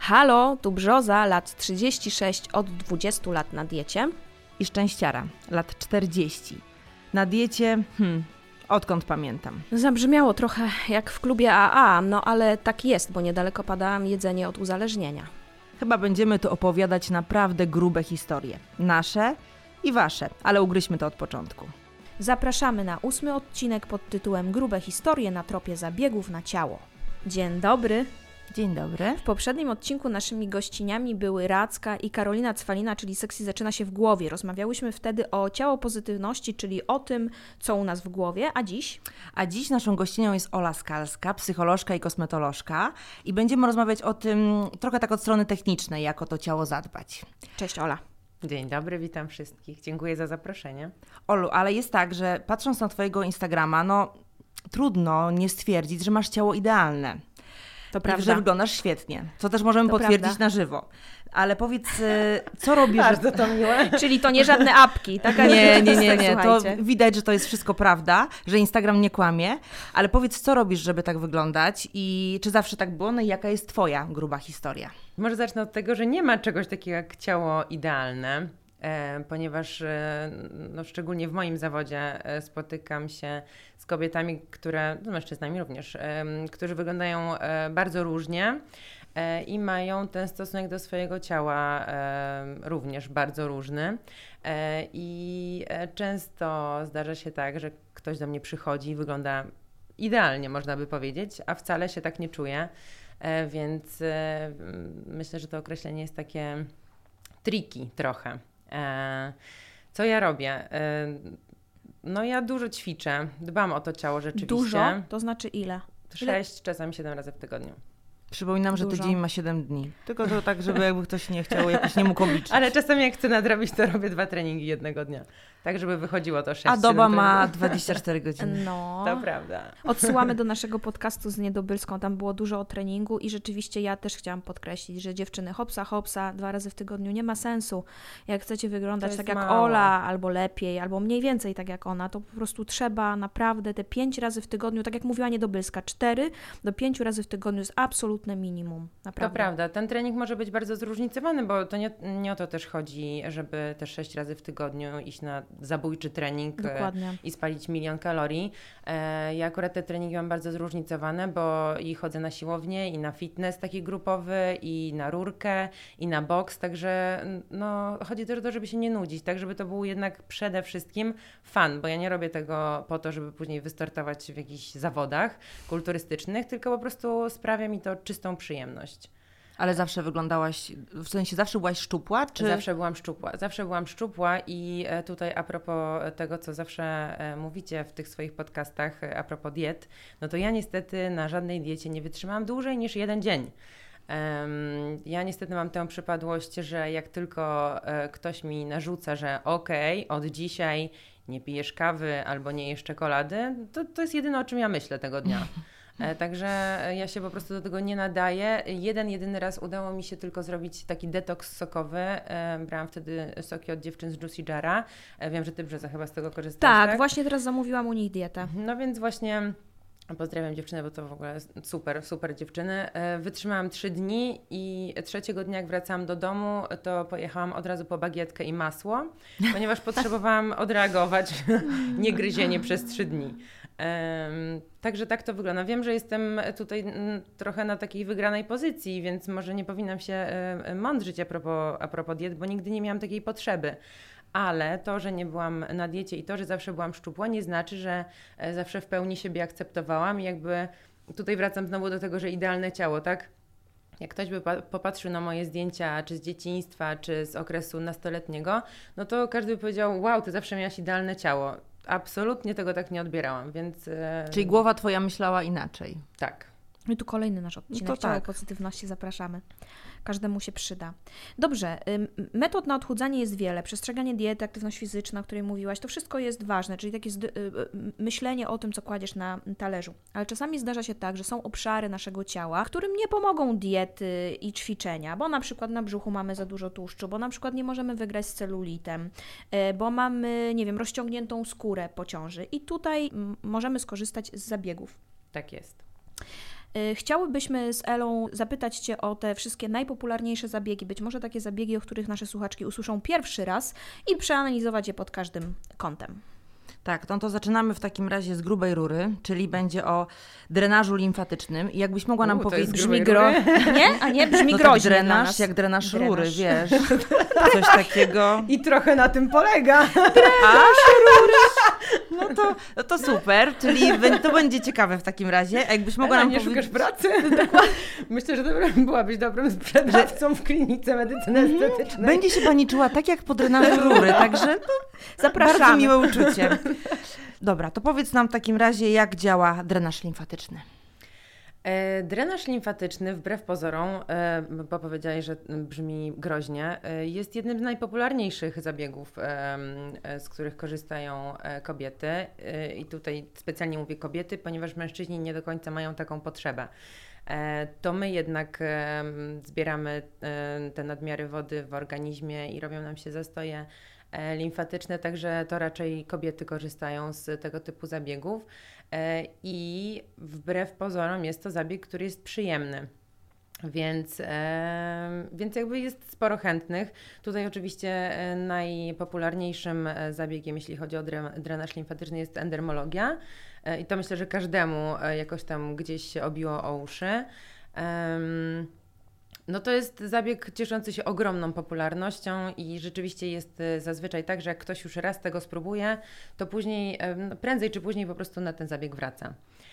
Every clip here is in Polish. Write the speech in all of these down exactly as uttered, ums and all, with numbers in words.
Halo, tu Brzoza, lat trzydzieści sześć, od dwudziestu lat na diecie. I Szczęściara, lat czterdzieści. Na diecie, hmm, odkąd pamiętam. Zabrzmiało trochę jak w klubie A A, no ale tak jest, bo niedaleko pada jedzenie od uzależnienia. Chyba będziemy tu opowiadać naprawdę grube historie. Nasze i wasze, ale ugryźmy to od początku. Zapraszamy na ósmy odcinek pod tytułem Grube historie na tropie zabiegów na ciało. Dzień dobry. Dzień dobry. W poprzednim odcinku naszymi gościniami były Radzka i Karolina Cwalina, czyli Seksy zaczyna się w głowie. Rozmawiałyśmy wtedy o ciało pozytywności, czyli o tym, co u nas w głowie, a dziś? A dziś naszą gościnią jest Ola Skalska, psycholożka i kosmetolożka i będziemy rozmawiać o tym trochę tak od strony technicznej, jak o to ciało zadbać. Cześć Ola. Dzień dobry, witam wszystkich. Dziękuję za zaproszenie. Olu, ale jest tak, że patrząc na twojego Instagrama, no trudno nie stwierdzić, że masz ciało idealne. To prawda. I że wyglądasz świetnie, co też możemy To potwierdzić prawda. na żywo. Ale powiedz, co robisz... Bardzo to miłe. Czyli to nie żadne apki, tak? Nie, nie, nie, nie. To Słuchajcie. widać, że to jest wszystko prawda, że Instagram nie kłamie, ale powiedz, co robisz, żeby tak wyglądać i czy zawsze tak było, no i jaka jest twoja gruba historia? Może zacznę od tego, że nie ma czegoś takiego jak ciało idealne, e, ponieważ e, no, szczególnie w moim zawodzie e, spotykam się z kobietami, które, z mężczyznami również, e, którzy wyglądają e, bardzo różnie e, i mają ten stosunek do swojego ciała e, również bardzo różny. E, I e, często zdarza się tak, że ktoś do mnie przychodzi i wygląda idealnie, można by powiedzieć, a wcale się tak nie czuje. E, więc e, myślę, że to określenie jest takie tricky trochę. E, co ja robię? E, no ja dużo ćwiczę, dbam o to ciało rzeczywiście. Dużo? To znaczy ile? Sześć, czasami siedem razy w tygodniu. Przypominam, że Dużo. tydzień ma siedem dni. Tylko to tak, żeby jakby ktoś nie chciał, jakoś nie mógł obliczyć. Ale czasami jak chcę nadrobić, to robię dwa treningi jednego dnia. Tak, żeby wychodziło to sześć. A doba ma dwadzieścia cztery godziny. No. To prawda. Odsyłamy do naszego podcastu z Niedobylską, tam było dużo o treningu i rzeczywiście ja też chciałam podkreślić, że dziewczyny hopsa, hopsa, dwa razy w tygodniu nie ma sensu. Jak chcecie wyglądać To tak jest jak mało. Ola, albo lepiej, albo mniej więcej tak jak ona, to po prostu trzeba naprawdę te pięć razy w tygodniu, tak jak mówiła Niedobylska, cztery do pięciu razy w tygodniu jest absolutne minimum. Naprawdę. To prawda. Ten trening może być bardzo zróżnicowany, bo to nie, nie o to też chodzi, żeby te sześć razy w tygodniu iść na zabójczy trening Dokładnie. e, i spalić milion kalorii. E, ja akurat te treningi mam bardzo zróżnicowane, bo i chodzę na siłownię, i na fitness taki grupowy, i na rurkę, i na boks, także no, chodzi też o to, żeby się nie nudzić, tak, żeby to był jednak przede wszystkim fun, bo ja nie robię tego po to, żeby później wystartować w jakichś zawodach kulturystycznych, tylko po prostu sprawia mi to czystą przyjemność. Ale zawsze wyglądałaś, w sensie zawsze byłaś szczupła? Czy... Zawsze byłam szczupła. Zawsze byłam szczupła i e, tutaj a propos tego, co zawsze e, mówicie w tych swoich podcastach e, a propos diet, no to ja niestety na żadnej diecie nie wytrzymałam dłużej niż jeden dzień. Um, ja niestety mam tę przypadłość, że jak tylko e, ktoś mi narzuca, że okej, okay, od dzisiaj nie pijesz kawy albo nie jesz czekolady, to, to jest jedyne, o czym ja myślę tego dnia. E, Także ja się po prostu do tego nie nadaję. Jeden, jedyny raz udało mi się tylko zrobić taki detoks sokowy. E, Brałam wtedy soki od dziewczyn z Juicy Jara. E, Wiem, że Ty, Brzoza, chyba z tego korzystasz, Tak, tak? właśnie teraz zamówiłam u nich dietę. No więc właśnie pozdrawiam dziewczynę, bo to w ogóle super, super dziewczyny. E, Wytrzymałam trzy dni i trzeciego dnia, jak wracałam do domu, to pojechałam od razu po bagietkę i masło, ponieważ potrzebowałam odreagować niegryzienie przez trzy dni. Um, także tak to wygląda. Wiem, że jestem tutaj m, trochę na takiej wygranej pozycji, więc może nie powinnam się e, mądrzyć a propos, a propos diet, bo nigdy nie miałam takiej potrzeby. Ale to, że nie byłam na diecie i to, że zawsze byłam szczupła, nie znaczy, że e, zawsze w pełni siebie akceptowałam i jakby tutaj wracam znowu do tego, że idealne ciało, tak? Jak ktoś by pa- popatrzył na moje zdjęcia, czy z dzieciństwa, czy z okresu nastoletniego, no to każdy by powiedział, wow, ty zawsze miałaś idealne ciało. Absolutnie tego tak nie odbierałam, więc... E... Czyli głowa twoja myślała inaczej. Tak. No i tu kolejny nasz odcinek, No to Ciało tak. pozytywności, zapraszamy. Każdemu się przyda. Dobrze, ym, metod na odchudzanie jest wiele. Przestrzeganie diety, aktywność fizyczna, o której mówiłaś, to wszystko jest ważne, czyli takie zd- y, y, myślenie o tym, co kładziesz na talerzu. Ale czasami zdarza się tak, że są obszary naszego ciała, którym nie pomogą diety i ćwiczenia, bo na przykład na brzuchu mamy za dużo tłuszczu, bo na przykład nie możemy wygrać z celulitem, y, bo mamy, nie wiem, rozciągniętą skórę po ciąży. I tutaj mm, możemy skorzystać z zabiegów. Tak jest. Chciałybyśmy z Elą zapytać Cię o te wszystkie najpopularniejsze zabiegi, być może takie zabiegi, o których nasze słuchaczki usłyszą pierwszy raz i przeanalizować je pod każdym kątem. Tak, no to zaczynamy w takim razie z grubej rury, czyli będzie o drenażu limfatycznym. I jakbyś mogła nam U, to powiedzieć... jest Brzmi grubej gro... Nie? A nie, brzmi no groźnie tak, drenaż, dla nas. jak drenaż, Drenaż. rury, wiesz. Coś takiego. I trochę na tym polega. A, no to, no to super, czyli b- to będzie ciekawe w takim razie. A jakbyś mogła Ela, nam nie powiedzieć... szukasz pracy? Myślę, że dobra, byłabyś dobrym sprzedawcą w klinice medycyny estetycznej. Będzie się pani czuła tak jak po drenażu rury, także no, Zapraszamy. bardzo miłe uczucie. Dobra, to powiedz nam w takim razie, jak działa drenaż limfatyczny. E, Drenaż limfatyczny, wbrew pozorom, e, bo powiedziałeś, że brzmi groźnie, e, jest jednym z najpopularniejszych zabiegów, e, e, z których korzystają e, kobiety. E, I tutaj specjalnie mówię kobiety, ponieważ mężczyźni nie do końca mają taką potrzebę. E, To my jednak e, zbieramy e, te nadmiary wody w organizmie i robią nam się zastoje e, limfatyczne, także to raczej kobiety korzystają z tego typu zabiegów. I wbrew pozorom jest to zabieg, który jest przyjemny. Więc, e, więc jakby jest sporo chętnych. Tutaj oczywiście e, najpopularniejszym zabiegiem, jeśli chodzi o dre, drenaż limfatyczny, jest endermologia. E, I to myślę, że każdemu e, jakoś tam gdzieś się obiło o uszy. E, No to jest zabieg cieszący się ogromną popularnością i rzeczywiście jest zazwyczaj tak, że jak ktoś już raz tego spróbuje, to później, no prędzej czy później po prostu na ten zabieg wraca.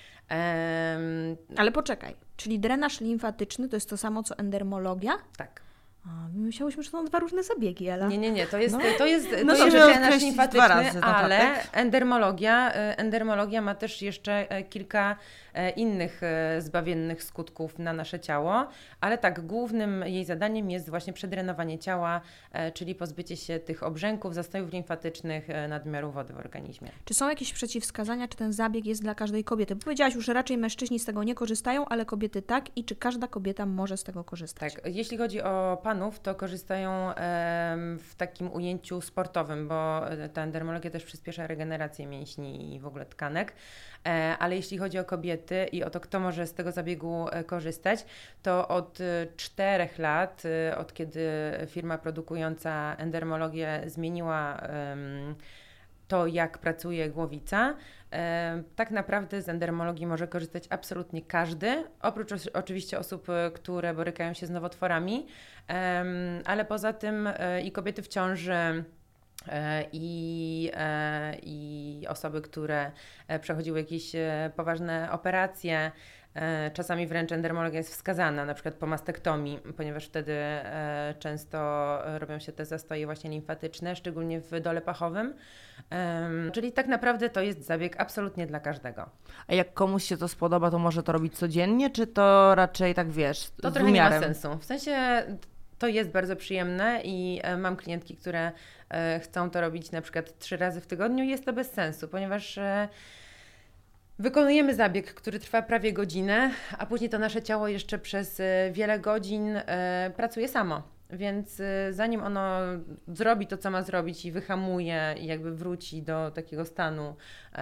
Um, Ale poczekaj, czyli drenaż limfatyczny to jest to samo co endermologia? tak. A, myślałyśmy, że to są dwa różne zabiegi, Ela. Nie, nie, nie, to jest, No. to jest, to No jest żeby drenaż określić limfatyczny, dwa razy na ale tapek. endermologia, endermologia ma też jeszcze kilka innych zbawiennych skutków na nasze ciało, ale tak, głównym jej zadaniem jest właśnie przedrenowanie ciała, czyli pozbycie się tych obrzęków, zastojów limfatycznych, nadmiaru wody w organizmie. Czy są jakieś przeciwwskazania, czy ten zabieg jest dla każdej kobiety? Bo powiedziałaś już, że raczej mężczyźni z tego nie korzystają, ale kobiety tak i czy każda kobieta może z tego korzystać? Tak, jeśli chodzi o panów, to korzystają em, w takim ujęciu sportowym, bo ta endermologia też przyspiesza regenerację mięśni i w ogóle tkanek, e, ale jeśli chodzi o kobiety i o to, kto może z tego zabiegu e, korzystać, to od e, czterech lat, e, od kiedy firma produkująca endermologię zmieniła em, to, jak pracuje głowica, e, tak naprawdę z endermologii może korzystać absolutnie każdy, oprócz os- oczywiście osób, e, które borykają się z nowotworami, em, ale poza tym e, i kobiety w ciąży, e, i, e, i osoby, które e, przechodziły jakieś e, poważne operacje. E, Czasami wręcz endermologia jest wskazana, na przykład po mastektomii, ponieważ wtedy e, często robią się te zastoje właśnie limfatyczne, szczególnie w dole pachowym. Em, czyli tak naprawdę to jest zabieg absolutnie dla każdego. A jak komuś się to spodoba, to może to robić codziennie, czy to raczej tak, wiesz, To z trochę nie ma umiarem? sensu. W sensie to jest bardzo przyjemne i e, mam klientki, które e, chcą to robić na przykład trzy razy w tygodniu i jest to bez sensu, ponieważ e, wykonujemy zabieg, który trwa prawie godzinę, a później to nasze ciało jeszcze przez e, wiele godzin e, pracuje samo. Więc e, zanim ono zrobi to, co ma zrobić i wyhamuje i jakby wróci do takiego stanu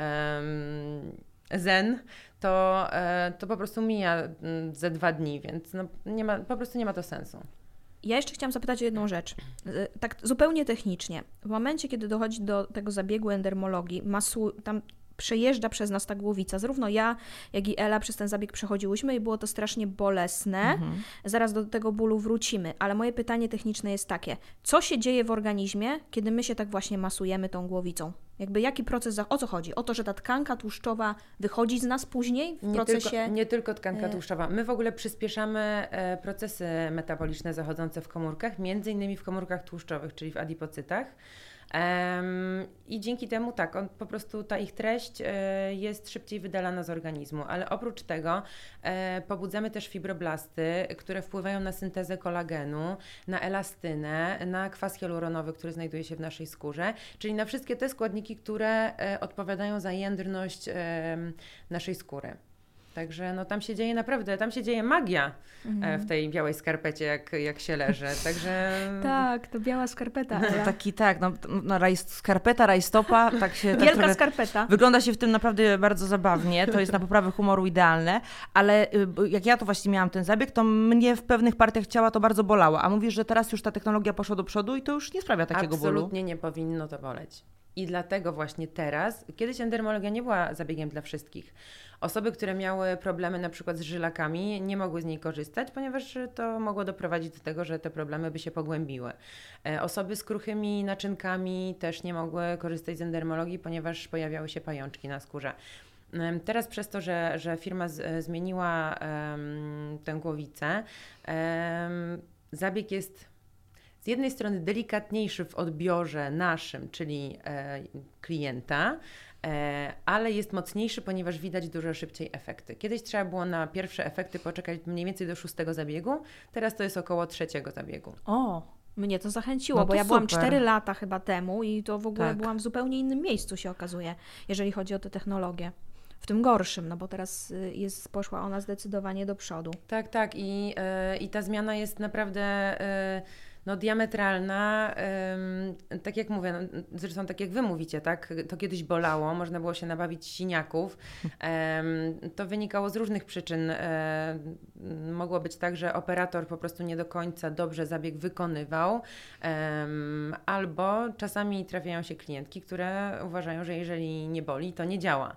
em, zen, to, e, to po prostu mija mm, ze dwa dni, więc no, nie ma, po prostu nie ma to sensu. Ja jeszcze chciałam zapytać o jedną rzecz, Y, tak zupełnie technicznie. W momencie, kiedy dochodzi do tego zabiegu endermologii, masu, tam przejeżdża przez nas ta głowica. Zarówno ja, jak i Ela przez ten zabieg przechodziłyśmy i było to strasznie bolesne. Mhm. Zaraz do tego bólu wrócimy, ale moje pytanie techniczne jest takie, co się dzieje w organizmie, kiedy my się tak właśnie masujemy tą głowicą? Jakby jaki proces, za- o co chodzi? O to, że ta tkanka tłuszczowa wychodzi z nas później w Nie procesie... tylko, nie tylko tkanka e, tłuszczowa. My w ogóle przyspieszamy e, procesy metaboliczne zachodzące w komórkach, między innymi w komórkach tłuszczowych, czyli w adipocytach. Em, I dzięki temu tak, on, po prostu ta ich treść e, jest szybciej wydalana z organizmu, ale oprócz tego e, pobudzamy też fibroblasty, które wpływają na syntezę kolagenu, na elastynę, na kwas hialuronowy, który znajduje się w naszej skórze, czyli na wszystkie te składniki, które e, odpowiadają za jędrność e, naszej skóry. Także no tam się dzieje naprawdę, tam się dzieje magia Mhm. w tej białej skarpecie, jak, jak się leży. Także... Tak, to biała skarpeta. No, Ela. taki tak, no, no raj, skarpeta, rajstopa, tak się... Tak Wielka trochę, skarpeta. wygląda się w tym naprawdę bardzo zabawnie, to jest na poprawę humoru idealne, ale y, jak ja to właśnie miałam ten zabieg, to mnie w pewnych partiach ciała to bardzo bolało, a mówisz, że teraz już ta technologia poszła do przodu i to już nie sprawia takiego bólu. Absolutnie nie powinno to boleć. I dlatego właśnie teraz, kiedyś endermologia nie była zabiegiem dla wszystkich. Osoby, które miały problemy na przykład z żylakami, nie mogły z niej korzystać, ponieważ to mogło doprowadzić do tego, że te problemy by się pogłębiły. E, osoby z kruchymi naczynkami też nie mogły korzystać z endermologii, ponieważ pojawiały się pajączki na skórze. E, teraz przez to, że, że firma z, zmieniła em, tę głowicę, em, zabieg jest z jednej strony delikatniejszy w odbiorze naszym, czyli e, klienta, e, ale jest mocniejszy, ponieważ widać dużo szybciej efekty. Kiedyś trzeba było na pierwsze efekty poczekać mniej więcej do szóstego zabiegu, teraz to jest około trzeciego zabiegu. O, mnie to zachęciło, No bo to ja byłam super. cztery lata chyba temu i to w ogóle Tak. byłam w zupełnie innym miejscu, się okazuje, jeżeli chodzi o te technologie. W tym gorszym, no bo teraz y, jest, poszła ona zdecydowanie do przodu. Tak, tak i, e, i ta zmiana jest naprawdę e, no, diametralna. Ym, tak jak mówię, no, zresztą tak jak wy mówicie, tak, to kiedyś bolało, można było się nabawić siniaków. Ym, to wynikało z różnych przyczyn. Ym, mogło być tak, że operator po prostu nie do końca dobrze zabieg wykonywał, ym, albo czasami trafiają się klientki, które uważają, że jeżeli nie boli, to nie działa.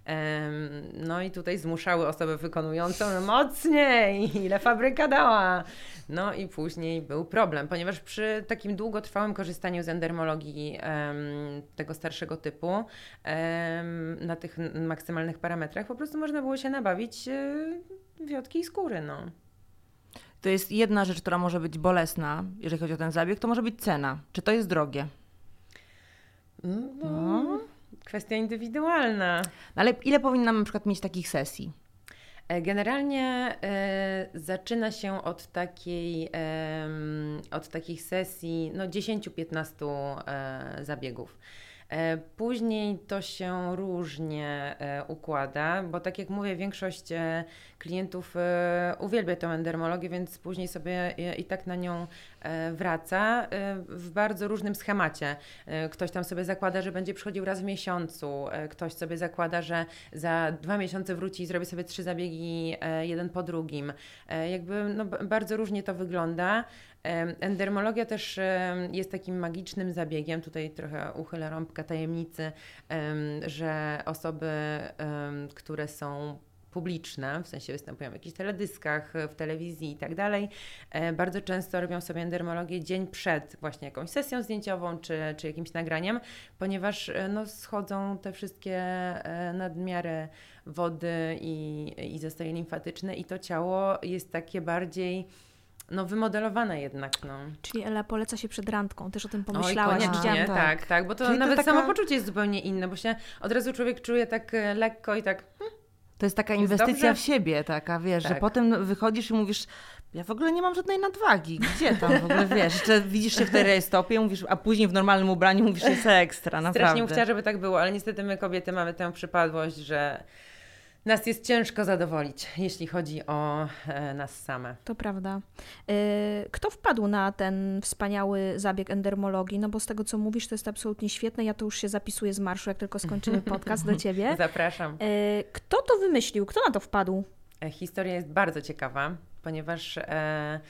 No i tutaj zmuszały osobę wykonującą no mocniej, ile fabryka dała. No i później był problem, ponieważ przy takim długotrwałym korzystaniu z endermologii em, tego starszego typu em, na tych maksymalnych parametrach po prostu można było się nabawić y, wiotki i skóry, no. To jest jedna rzecz, która może być bolesna, jeżeli chodzi o ten zabieg, to może być cena. Czy to jest drogie? No, No. Kwestia indywidualna. Ale ile powinnam na przykład mieć takich sesji? Generalnie e, zaczyna się od takiej, e, od takich sesji no dziesięć do piętnastu e, zabiegów. E, później to się różnie e, układa, bo tak jak mówię, większość e, klientów e, uwielbia tę endermologię, więc później sobie e, i tak na nią e, wraca e, w bardzo różnym schemacie. E, ktoś tam sobie zakłada, że będzie przychodził raz w miesiącu, e, ktoś sobie zakłada, że za dwa miesiące wróci i zrobi sobie trzy zabiegi e, jeden po drugim. E, jakby no, b- bardzo różnie to wygląda. Endermologia też jest takim magicznym zabiegiem, tutaj trochę uchylę rąbkę tajemnicy, że osoby, które są publiczne, w sensie występują w jakichś teledyskach, w telewizji i tak dalej, bardzo często robią sobie endermologię dzień przed właśnie jakąś sesją zdjęciową czy, czy jakimś nagraniem, ponieważ no, schodzą te wszystkie nadmiary wody i, i zastoje limfatyczne i to ciało jest takie bardziej no wymodelowane jednak, no. Czyli Ela poleca się przed randką, też o tym Oj, pomyślałaś. koniecznie, Widziałam to. tak, tak, bo to Czyli to nawet taka- samopoczucie jest zupełnie inne, bo się od razu człowiek czuje tak e, lekko i tak, hm, To jest taka Jest inwestycja dobrze? w siebie, taka, wiesz, że Tak. potem wychodzisz i mówisz, ja w ogóle nie mam żadnej nadwagi, gdzie tam w ogóle, wiesz, jeszcze widzisz się w tej rejestopie, mówisz, a później w normalnym ubraniu mówisz, jest ekstra, naprawdę. strasznie bym chciała, żeby tak było, ale niestety my kobiety mamy tę przypadłość, że nas jest ciężko zadowolić, jeśli chodzi o e, nas same. To prawda. Y, Kto wpadł na ten wspaniały zabieg endermologii? No bo z tego, co mówisz, to jest absolutnie świetne. Ja to już się zapisuję z marszu, jak tylko skończymy podcast do Ciebie. Zapraszam. Y, Kto to wymyślił? Kto na to wpadł? E, Historia jest bardzo ciekawa, ponieważ e,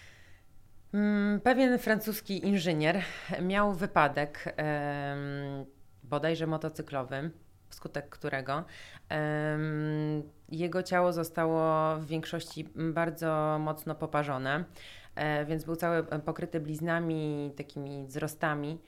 mm, pewien francuski inżynier miał wypadek, e, bodajże motocyklowy, wskutek którego em, jego ciało zostało w większości bardzo mocno poparzone, e, więc był cały pokryty bliznami, takimi wzrostami.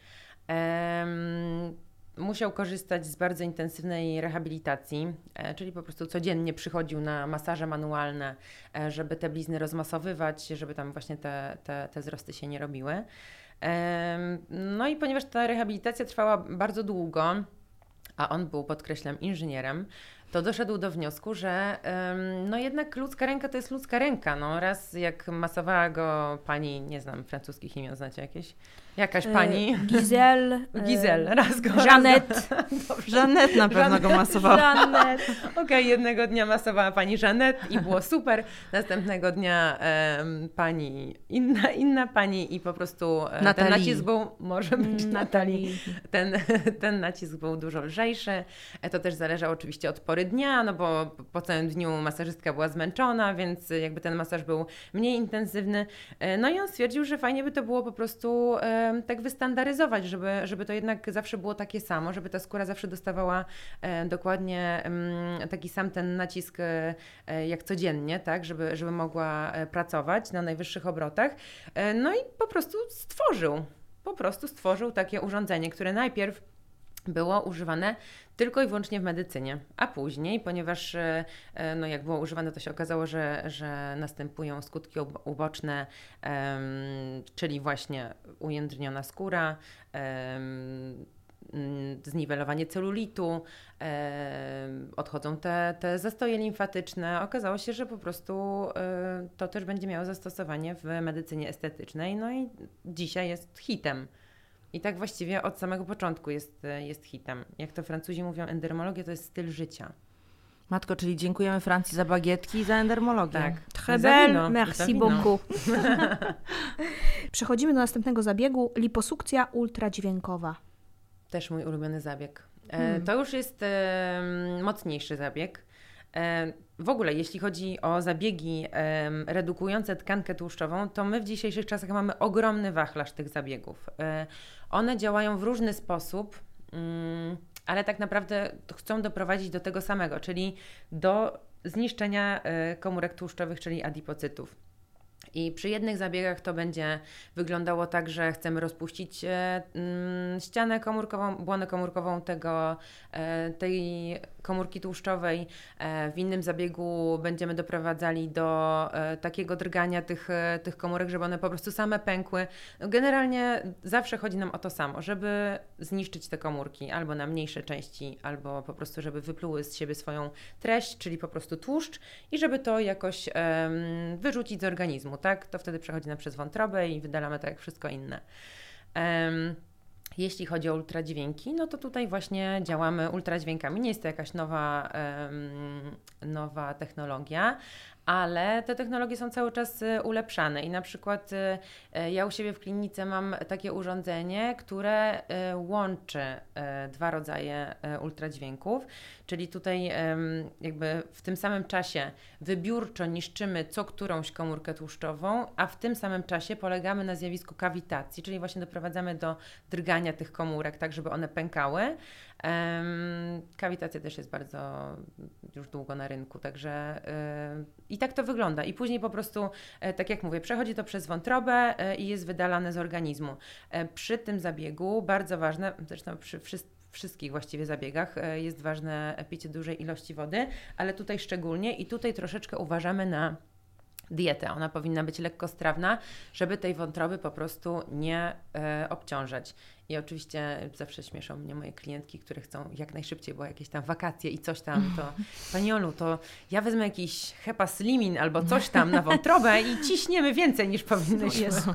Em, Musiał korzystać z bardzo intensywnej rehabilitacji, e, czyli po prostu codziennie przychodził na masaże manualne, e, żeby te blizny rozmasowywać, żeby tam właśnie te, te, te wzrosty się nie robiły. Em, no i ponieważ ta rehabilitacja trwała bardzo długo, a on był, podkreślam, inżynierem, to doszedł do wniosku, że ym, no jednak ludzka ręka to jest ludzka ręka. No raz jak masowała go pani, nie znam francuskich imion, znacie jakieś? Jakaś pani? E, Giselle. Giselle, raz go. Jeannette. Jeannette na pewno Jeannette. go masowała. Jeannette. Okej, okay, jednego dnia masowała pani Jeannette i było super. Następnego dnia um, pani, inna, inna pani i po prostu um, ten nacisk był, może być Mm, Natalii, ten, ten nacisk był dużo lżejszy. To też zależało oczywiście od pory dnia, no bo po całym dniu masażystka była zmęczona, więc jakby ten masaż był mniej intensywny. No i on stwierdził, że fajnie by to było po prostu um, tak wystandaryzować, żeby, żeby to jednak zawsze było takie samo, żeby ta skóra zawsze dostawała e, dokładnie m, taki sam ten nacisk e, jak codziennie, tak, żeby, żeby mogła e, pracować na najwyższych obrotach. E, no i po prostu stworzył, po prostu stworzył takie urządzenie, które najpierw było używane tylko i wyłącznie w medycynie, a później, ponieważ e, no jak było używane, to się okazało, że, że następują skutki uboczne, em, czyli właśnie ujędrniona skóra, em, zniwelowanie celulitu, e, odchodzą te, te zastoje limfatyczne. Okazało się, że po prostu e, to też będzie miało zastosowanie w medycynie estetycznej, no i dzisiaj jest hitem. I tak właściwie od samego początku jest, jest hitem. Jak to Francuzi mówią, endermologia to jest styl życia. Matko, czyli dziękujemy Francji za bagietki i za endermologię. Tak. Très Za bien, wino, merci za wino. beaucoup. Przechodzimy do następnego zabiegu, liposukcja ultradźwiękowa. Też mój ulubiony zabieg. E, Hmm. To już jest e, mocniejszy zabieg. E, w ogóle, jeśli chodzi o zabiegi e, redukujące tkankę tłuszczową, to my w dzisiejszych czasach mamy ogromny wachlarz tych zabiegów. E, one działają w różny sposób, mm, ale tak naprawdę chcą doprowadzić do tego samego, czyli do zniszczenia e, komórek tłuszczowych, czyli adipocytów. I przy jednych zabiegach to będzie wyglądało tak, że chcemy rozpuścić e, mm, ścianę komórkową, błonę komórkową tego, e, tej komórki tłuszczowej. E, w innym zabiegu będziemy doprowadzali do e, takiego drgania tych, e, tych komórek, żeby one po prostu same pękły. No, generalnie zawsze chodzi nam o to samo, żeby zniszczyć te komórki albo na mniejsze części, albo po prostu, żeby wypluły z siebie swoją treść, czyli po prostu tłuszcz i żeby to jakoś e, wyrzucić z organizmu. Tak, to wtedy przechodzi nam przez wątrobę i wydalamy tak jak wszystko inne. Um, jeśli chodzi o ultradźwięki, no to tutaj właśnie działamy ultradźwiękami. Nie jest to jakaś nowa, um, nowa technologia, ale te technologie są cały czas ulepszane i na przykład ja u siebie w klinice mam takie urządzenie, które łączy dwa rodzaje ultradźwięków, czyli tutaj jakby w tym samym czasie wybiórczo niszczymy co którąś komórkę tłuszczową, a w tym samym czasie polegamy na zjawisku kawitacji, czyli właśnie doprowadzamy do drgania tych komórek, tak żeby one pękały. Um, kawitacja też jest bardzo już długo na rynku, także yy, i tak to wygląda. I później po prostu, yy, tak jak mówię, przechodzi to przez wątrobę yy, i jest wydalane z organizmu. Yy, przy tym zabiegu bardzo ważne, zresztą przy wszystkich wszystkich właściwie zabiegach yy, jest ważne picie dużej ilości wody, ale tutaj szczególnie i tutaj troszeczkę uważamy na dietę. Ona powinna być lekkostrawna, żeby tej wątroby po prostu nie e, obciążać. I oczywiście zawsze śmieszą mnie moje klientki, które chcą jak najszybciej, bo jakieś tam wakacje i coś tam, to Pani Olu, to ja wezmę jakiś hepaslimin albo coś tam na wątrobę i ciśniemy więcej niż powinnyśmy. Jezu.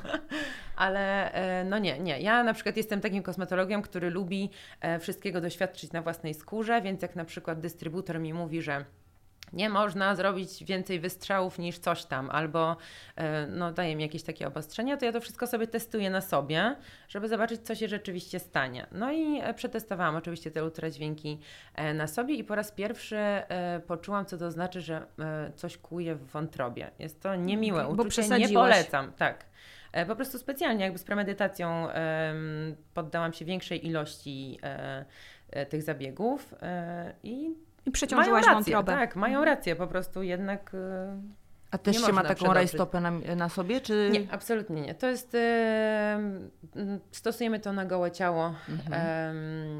Ale e, no nie, nie. Ja na przykład jestem takim kosmetologiem, który lubi e, wszystkiego doświadczyć na własnej skórze, więc jak na przykład dystrybutor mi mówi, że nie można zrobić więcej wystrzałów niż coś tam, albo no, daje mi jakieś takie obostrzenia, to ja to wszystko sobie testuję na sobie, żeby zobaczyć, co się rzeczywiście stanie. No i przetestowałam oczywiście te ultradźwięki na sobie i po raz pierwszy poczułam, co to znaczy, że coś kuje w wątrobie. Jest to niemiłe Bo uczucie, przesadziłaś. nie polecam. Tak. Po prostu specjalnie, jakby z premedytacją poddałam się większej ilości tych zabiegów i I przeciążyłaś mają rację, wątrobę. tak, mają rację, po prostu jednak... A też nie się ma można taką przedobrzyć. rajstopę na, na sobie, czy... Nie, absolutnie nie. To jest... E, stosujemy to na gołe ciało Mhm. e,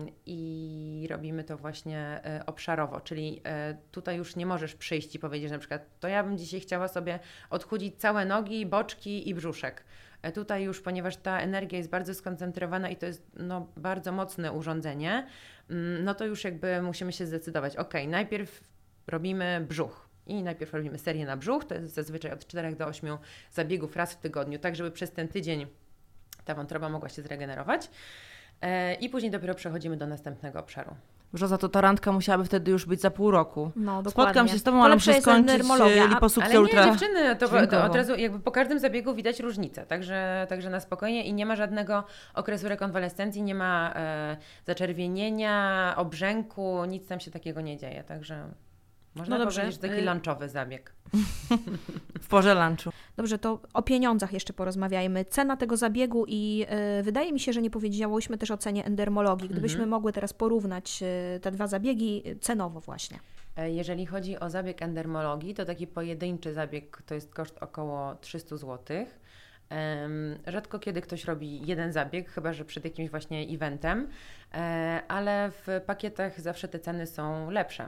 i robimy to właśnie e, obszarowo, czyli e, tutaj już nie możesz przyjść i powiedzieć, że na przykład to ja bym dzisiaj chciała sobie odchudzić całe nogi, boczki i brzuszek. Tutaj już, ponieważ ta energia jest bardzo skoncentrowana i to jest no, bardzo mocne urządzenie, no to już jakby musimy się zdecydować, ok, najpierw robimy brzuch. I najpierw robimy serię na brzuch, to jest zazwyczaj od czterech do ośmiu zabiegów raz w tygodniu, tak żeby przez ten tydzień ta wątroba mogła się zregenerować. I później dopiero przechodzimy do następnego obszaru. Brzoza, to ta randka musiałaby wtedy już być za pół roku. No, Spotkam się z tobą, ale muszę skończyć liposukcję ale ultra. Nie, dziewczyny, to, to od razu jakby po każdym zabiegu widać różnicę, także, także na spokojnie i nie ma żadnego okresu rekonwalescencji, nie ma e, zaczerwienienia, obrzęku, nic tam się takiego nie dzieje, także można no dobrze. powiedzieć, że taki y- lunchowy zabieg. W porze lunchu. Dobrze, to o pieniądzach jeszcze porozmawiajmy. Cena tego zabiegu i y, wydaje mi się, że nie powiedziałyśmy też o cenie endermologii. Gdybyśmy mhm. mogły teraz porównać y, te dwa zabiegi cenowo właśnie. Jeżeli chodzi o zabieg endermologii, to taki pojedynczy zabieg to jest koszt około trzysta złotych. Um, rzadko kiedy ktoś robi jeden zabieg, chyba że przed jakimś właśnie eventem, e, ale w pakietach zawsze te ceny są lepsze.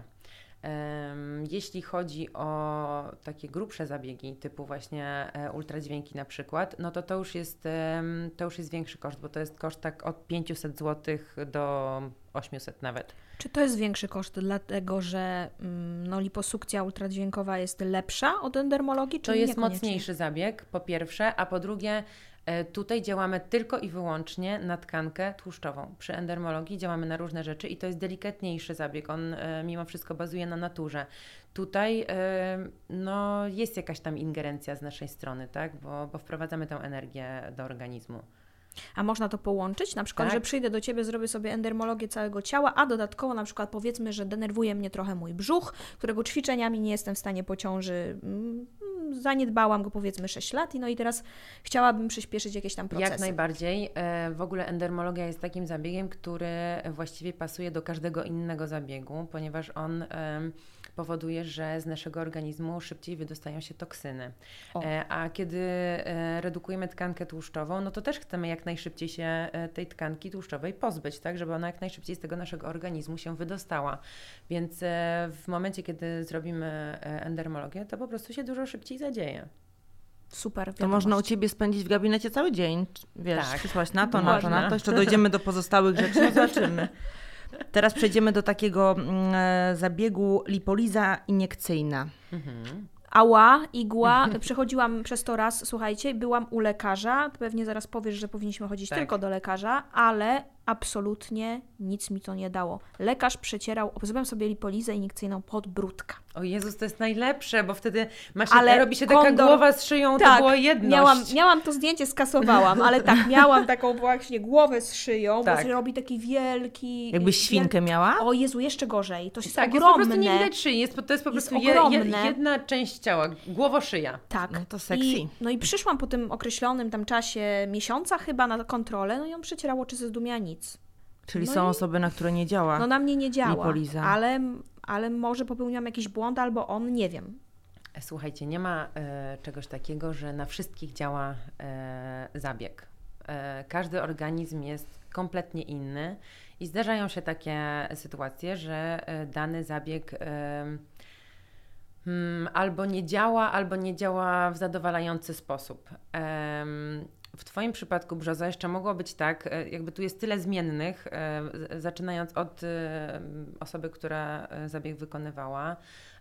Jeśli chodzi o takie grubsze zabiegi, typu właśnie ultradźwięki na przykład, no to to już jest, to już jest większy koszt, bo to jest koszt tak od pięćset złotych do osiemset nawet. Czy to jest większy koszt dlatego, że no, liposukcja ultradźwiękowa jest lepsza od endermologii? Czy to jest mocniejszy zabieg, po pierwsze, a po drugie tutaj działamy tylko i wyłącznie na tkankę tłuszczową. Przy endermologii działamy na różne rzeczy i to jest delikatniejszy zabieg. On e, mimo wszystko bazuje na naturze. Tutaj e, no, jest jakaś tam ingerencja z naszej strony, tak? bo, bo wprowadzamy tę energię do organizmu. A można to połączyć? Na przykład, tak. że przyjdę do Ciebie, zrobię sobie endermologię całego ciała, a dodatkowo na przykład powiedzmy, że denerwuje mnie trochę mój brzuch, którego ćwiczeniami nie jestem w stanie po ciąży, mm, zaniedbałam go powiedzmy sześć lat i no i teraz chciałabym przyspieszyć jakieś tam procesy. Jak najbardziej. W ogóle endermologia jest takim zabiegiem, który właściwie pasuje do każdego innego zabiegu, ponieważ on powoduje, że z naszego organizmu szybciej wydostają się toksyny. O. A kiedy redukujemy tkankę tłuszczową, no to też chcemy jak najszybciej się tej tkanki tłuszczowej pozbyć, tak, żeby ona jak najszybciej z tego naszego organizmu się wydostała. Więc w momencie, kiedy zrobimy endermologię, to po prostu się dużo szybciej zadzieje. Super. To można u Ciebie spędzić w gabinecie cały dzień. Wiesz, tak. przysłać na to, na to, na to. Jeszcze dojdziemy do pozostałych rzeczy, no zobaczymy. Teraz przejdziemy do takiego mm, zabiegu lipoliza iniekcyjna. Mhm. Ała, igła. Przechodziłam przez to raz, słuchajcie, byłam u lekarza. Pewnie zaraz powiesz, że powinniśmy chodzić tak. tylko do lekarza, ale absolutnie nic mi to nie dało. Lekarz przecierał, zrobiłam sobie lipolizę iniekcyjną pod brudka. O Jezus, to jest najlepsze, bo wtedy ma się, ale robi się taka kondor, głowa z szyją, tak, to była jedność. Miałam, miałam to zdjęcie, skasowałam, ale tak, miałam taką właśnie głowę z szyją, tak. bo się robi taki wielki... Jakbyś świnkę wielki... miała? O Jezu, jeszcze gorzej. To jest tak, ogromne. jest po prostu nie widać szyi, jest, to jest po jest prostu ogromne. Je, je, jedna część ciała, głowo-szyja. Tak. No to sexy. I, no i przyszłam po tym określonym tam czasie miesiąca chyba na kontrolę, no i on przecierał oczy ze zdumia nic. Czyli no są i, osoby, na które nie działa. No na mnie nie działa, lipoliza. ale, ale może popełniłam jakiś błąd albo on, nie wiem. Słuchajcie, nie ma e, czegoś takiego, że na wszystkich działa e, zabieg. E, każdy organizm jest kompletnie inny i zdarzają się takie sytuacje, że e, dany zabieg e, hmm, albo nie działa, albo nie działa w zadowalający sposób. E, W Twoim przypadku, Brzoza, jeszcze mogło być tak, jakby tu jest tyle zmiennych, zaczynając od osoby, która zabieg wykonywała,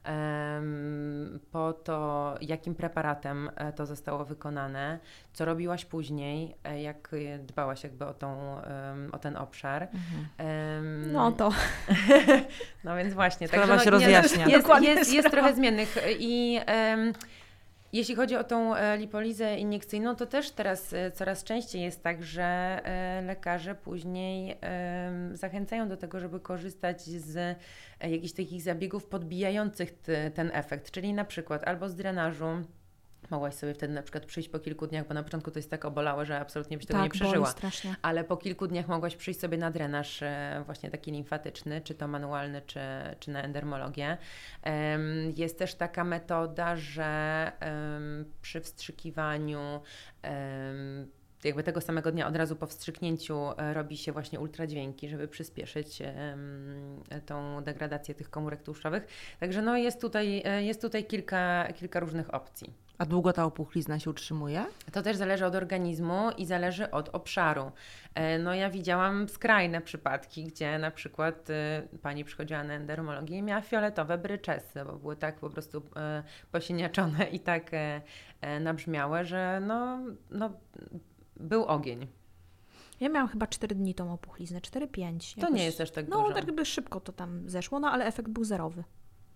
po to, jakim preparatem to zostało wykonane, co robiłaś później, jak dbałaś jakby o, tą, o ten obszar. Mhm. No to. No więc właśnie. Sprawa tak, się no, rozjaśnia. Jest, jest, jest, jest trochę zmiennych i... Um, Jeśli chodzi o tą lipolizę iniekcyjną, to też teraz coraz częściej jest tak, że lekarze później zachęcają do tego, żeby korzystać z jakichś takich zabiegów podbijających ten efekt, czyli na przykład albo z drenażu. Mogłaś sobie wtedy na przykład przyjść po kilku dniach, bo na początku to jest tak obolałe, że absolutnie byś tego tak, nie przeżyła. Boli strasznie. Ale po kilku dniach mogłaś przyjść sobie na drenaż właśnie taki limfatyczny, czy to manualny, czy, czy na endermologię. Um, jest też taka metoda, że um, przy wstrzykiwaniu um, jakby tego samego dnia od razu po wstrzyknięciu robi się właśnie ultradźwięki, żeby przyspieszyć um, tą degradację tych komórek tłuszczowych. Także no jest tutaj, jest tutaj kilka, kilka różnych opcji. A długo ta opuchlizna się utrzymuje? To też zależy od organizmu i zależy od obszaru. No ja widziałam skrajne przypadki, gdzie na przykład y, pani przychodziła na endermologię i miała fioletowe bryczesy, bo były tak po prostu y, posiniaczone i tak y, y, nabrzmiałe, że no, no był ogień. Ja miałam chyba cztery dni tą opuchliznę, cztery pięć. To nie jest też tak no, dużo. No tak jakby szybko to tam zeszło, no ale efekt był zerowy.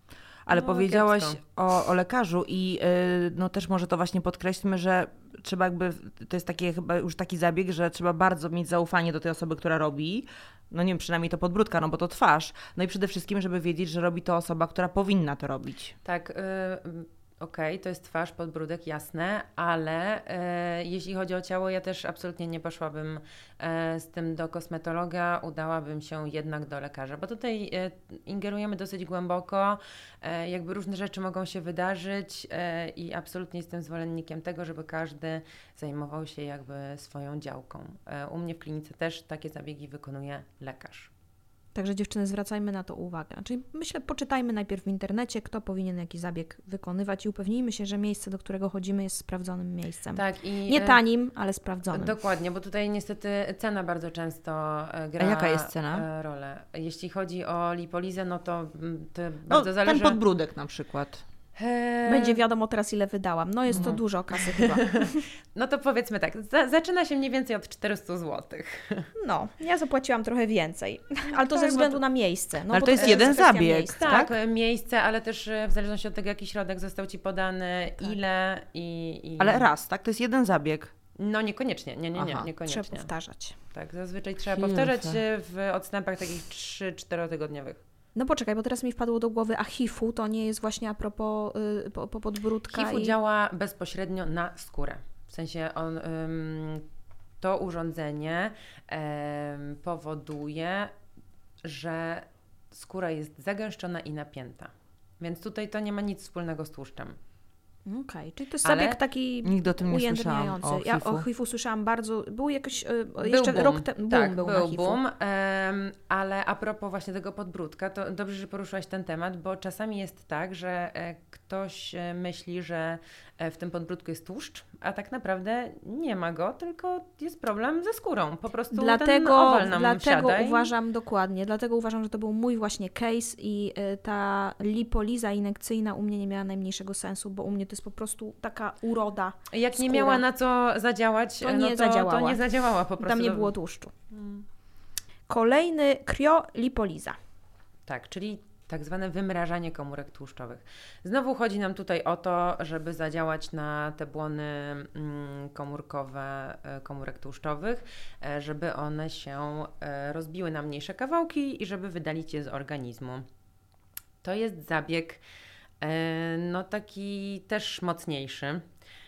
Ale no, powiedziałaś o, o lekarzu i yy, no też może to właśnie podkreślmy, że trzeba jakby, to jest taki, chyba już taki zabieg, że trzeba bardzo mieć zaufanie do tej osoby, która robi, no nie wiem, przynajmniej to podbródka, no bo to twarz. No i przede wszystkim, żeby wiedzieć, że robi to osoba, która powinna to robić. Tak, yy, okej, okay, to jest twarz, podbródek, jasne, ale e, jeśli chodzi o ciało, ja też absolutnie nie poszłabym e, z tym do kosmetologa, udałabym się jednak do lekarza, bo tutaj e, ingerujemy dosyć głęboko, e, jakby różne rzeczy mogą się wydarzyć e, i absolutnie jestem zwolennikiem tego, żeby każdy zajmował się jakby swoją działką. E, u mnie w klinice też takie zabiegi wykonuje lekarz. Także dziewczyny, zwracajmy na to uwagę. Czyli myślę, poczytajmy najpierw w internecie, kto powinien jaki zabieg wykonywać i upewnijmy się, że miejsce, do którego chodzimy, jest sprawdzonym miejscem. Tak, i nie tanim, ale sprawdzonym. Dokładnie, bo tutaj niestety cena bardzo często gra A jaka jest cena? rolę. Jeśli chodzi o lipolizę, no to, to no, bardzo zależy... Ten podbródek na przykład. Będzie wiadomo teraz, ile wydałam. No jest to no. dużo kasy chyba. No to powiedzmy tak, za, zaczyna się mniej więcej od czterysta złotych. No, ja zapłaciłam trochę więcej, ale to tak, ze względu to... na miejsce. No, ale to jest to jeden zabieg, miejsca, tak? tak? Miejsce, ale też w zależności od tego, jaki środek został Ci podany, tak. ile i, i... Ale raz, tak? To jest jeden zabieg. No niekoniecznie, nie, nie, nie, Aha. niekoniecznie. Trzeba powtarzać. Tak, zazwyczaj trzeba Hilfe. powtarzać w odstępach takich trzy-czterotygodniowych. No poczekaj, bo teraz mi wpadło do głowy, a H I V U to nie jest właśnie a propos y, po, po podbródka? H I V U i... działa bezpośrednio na skórę. W sensie on, ym, to urządzenie ym, powoduje, że skóra jest zagęszczona i napięta. Więc tutaj to nie ma nic wspólnego z tłuszczem. Okej, okay. Czyli to jest Ale zabieg taki nigdy o tym nie ujędrniający. słyszałam. O ja H I V U. o H I V U słyszałam bardzo, był jakiś, był jeszcze boom. rok temu, tak, był, był na H I V U. boom, um, ale a propos właśnie tego podbródka, to dobrze, że poruszyłaś ten temat, bo czasami jest tak, że e, ktoś e, myśli, że e, w tym podbródku jest tłuszcz, a tak naprawdę nie ma go, tylko jest problem ze skórą. Po prostu dlatego, ten owal nam Dlatego wsiada i... uważam, dokładnie, dlatego uważam, że to był mój właśnie case i y, ta lipoliza iniekcyjna u mnie nie miała najmniejszego sensu, bo u mnie to jest po prostu taka uroda. Jak skóra. nie miała na co zadziałać, to no nie to, zadziałała. to nie zadziałała po prostu. Tam nie było tłuszczu. Hmm. Kolejny kriolipoliza. Tak, czyli tak zwane wymrażanie komórek tłuszczowych. Znowu chodzi nam tutaj o to, żeby zadziałać na te błony mm, komórkowe komórek tłuszczowych, żeby one się rozbiły na mniejsze kawałki i żeby wydalić je z organizmu. To jest zabieg no taki też mocniejszy.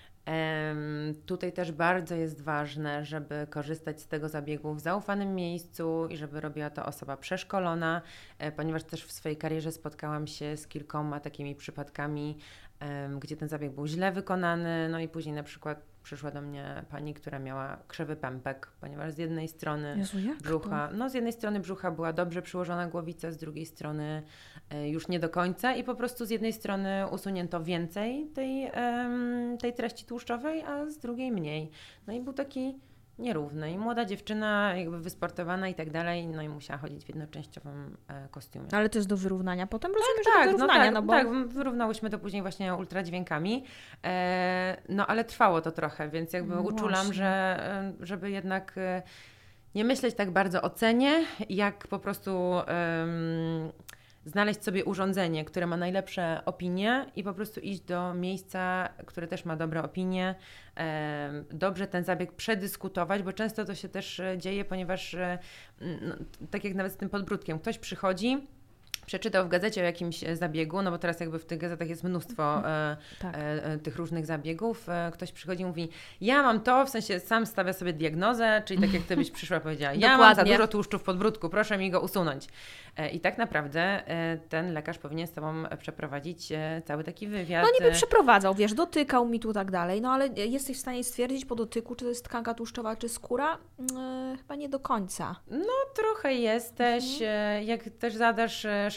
Um, tutaj też bardzo jest ważne, żeby korzystać z tego zabiegu w zaufanym miejscu i żeby robiła to osoba przeszkolona, e, ponieważ też w swojej karierze spotkałam się z kilkoma takimi przypadkami, um, gdzie ten zabieg był źle wykonany, no i później na przykład przyszła do mnie pani, która miała krzywy pępek, ponieważ z jednej strony Jezu, brzucha, no z jednej strony brzucha była dobrze przyłożona głowica, z drugiej strony e, już nie do końca i po prostu z jednej strony usunięto więcej tej, em, tej treści tłuszczowej, a z drugiej mniej. No i był taki nierówny i młoda dziewczyna, jakby wysportowana i tak dalej, no i musiała chodzić w jednoczęściowym e, kostiumie. Ale to jest do wyrównania potem? Rozumiem, tak, że tak, do wyrównania, no no, tak, bo... tak, wyrównałyśmy to później właśnie ultradźwiękami, e, no ale trwało to trochę, więc jakby no uczulam, właśnie. że żeby jednak e, nie myśleć tak bardzo o cenie, jak po prostu um, znaleźć sobie urządzenie, które ma najlepsze opinie i po prostu iść do miejsca, które też ma dobre opinie, um, dobrze ten zabieg przedyskutować, bo często to się też dzieje, ponieważ no, tak jak nawet z tym podbródkiem, ktoś przychodzi, przeczytał w gazecie o jakimś zabiegu, no bo teraz jakby w tych gazetach jest mnóstwo e, tak. e, tych różnych zabiegów. E, ktoś przychodzi i mówi, ja mam to, w sensie sam stawia sobie diagnozę, czyli tak jak Ty byś przyszła i powiedziała, ja mam za dużo tłuszczu w podbródku, proszę mi go usunąć. E, I tak naprawdę e, ten lekarz powinien z Tobą przeprowadzić e, cały taki wywiad. No niby przeprowadzał, wiesz, dotykał mi tu tak dalej, no ale jesteś w stanie stwierdzić po dotyku, czy to jest tkanka tłuszczowa, czy skóra? E, chyba nie do końca. No trochę jesteś, mhm. e, jak też zadasz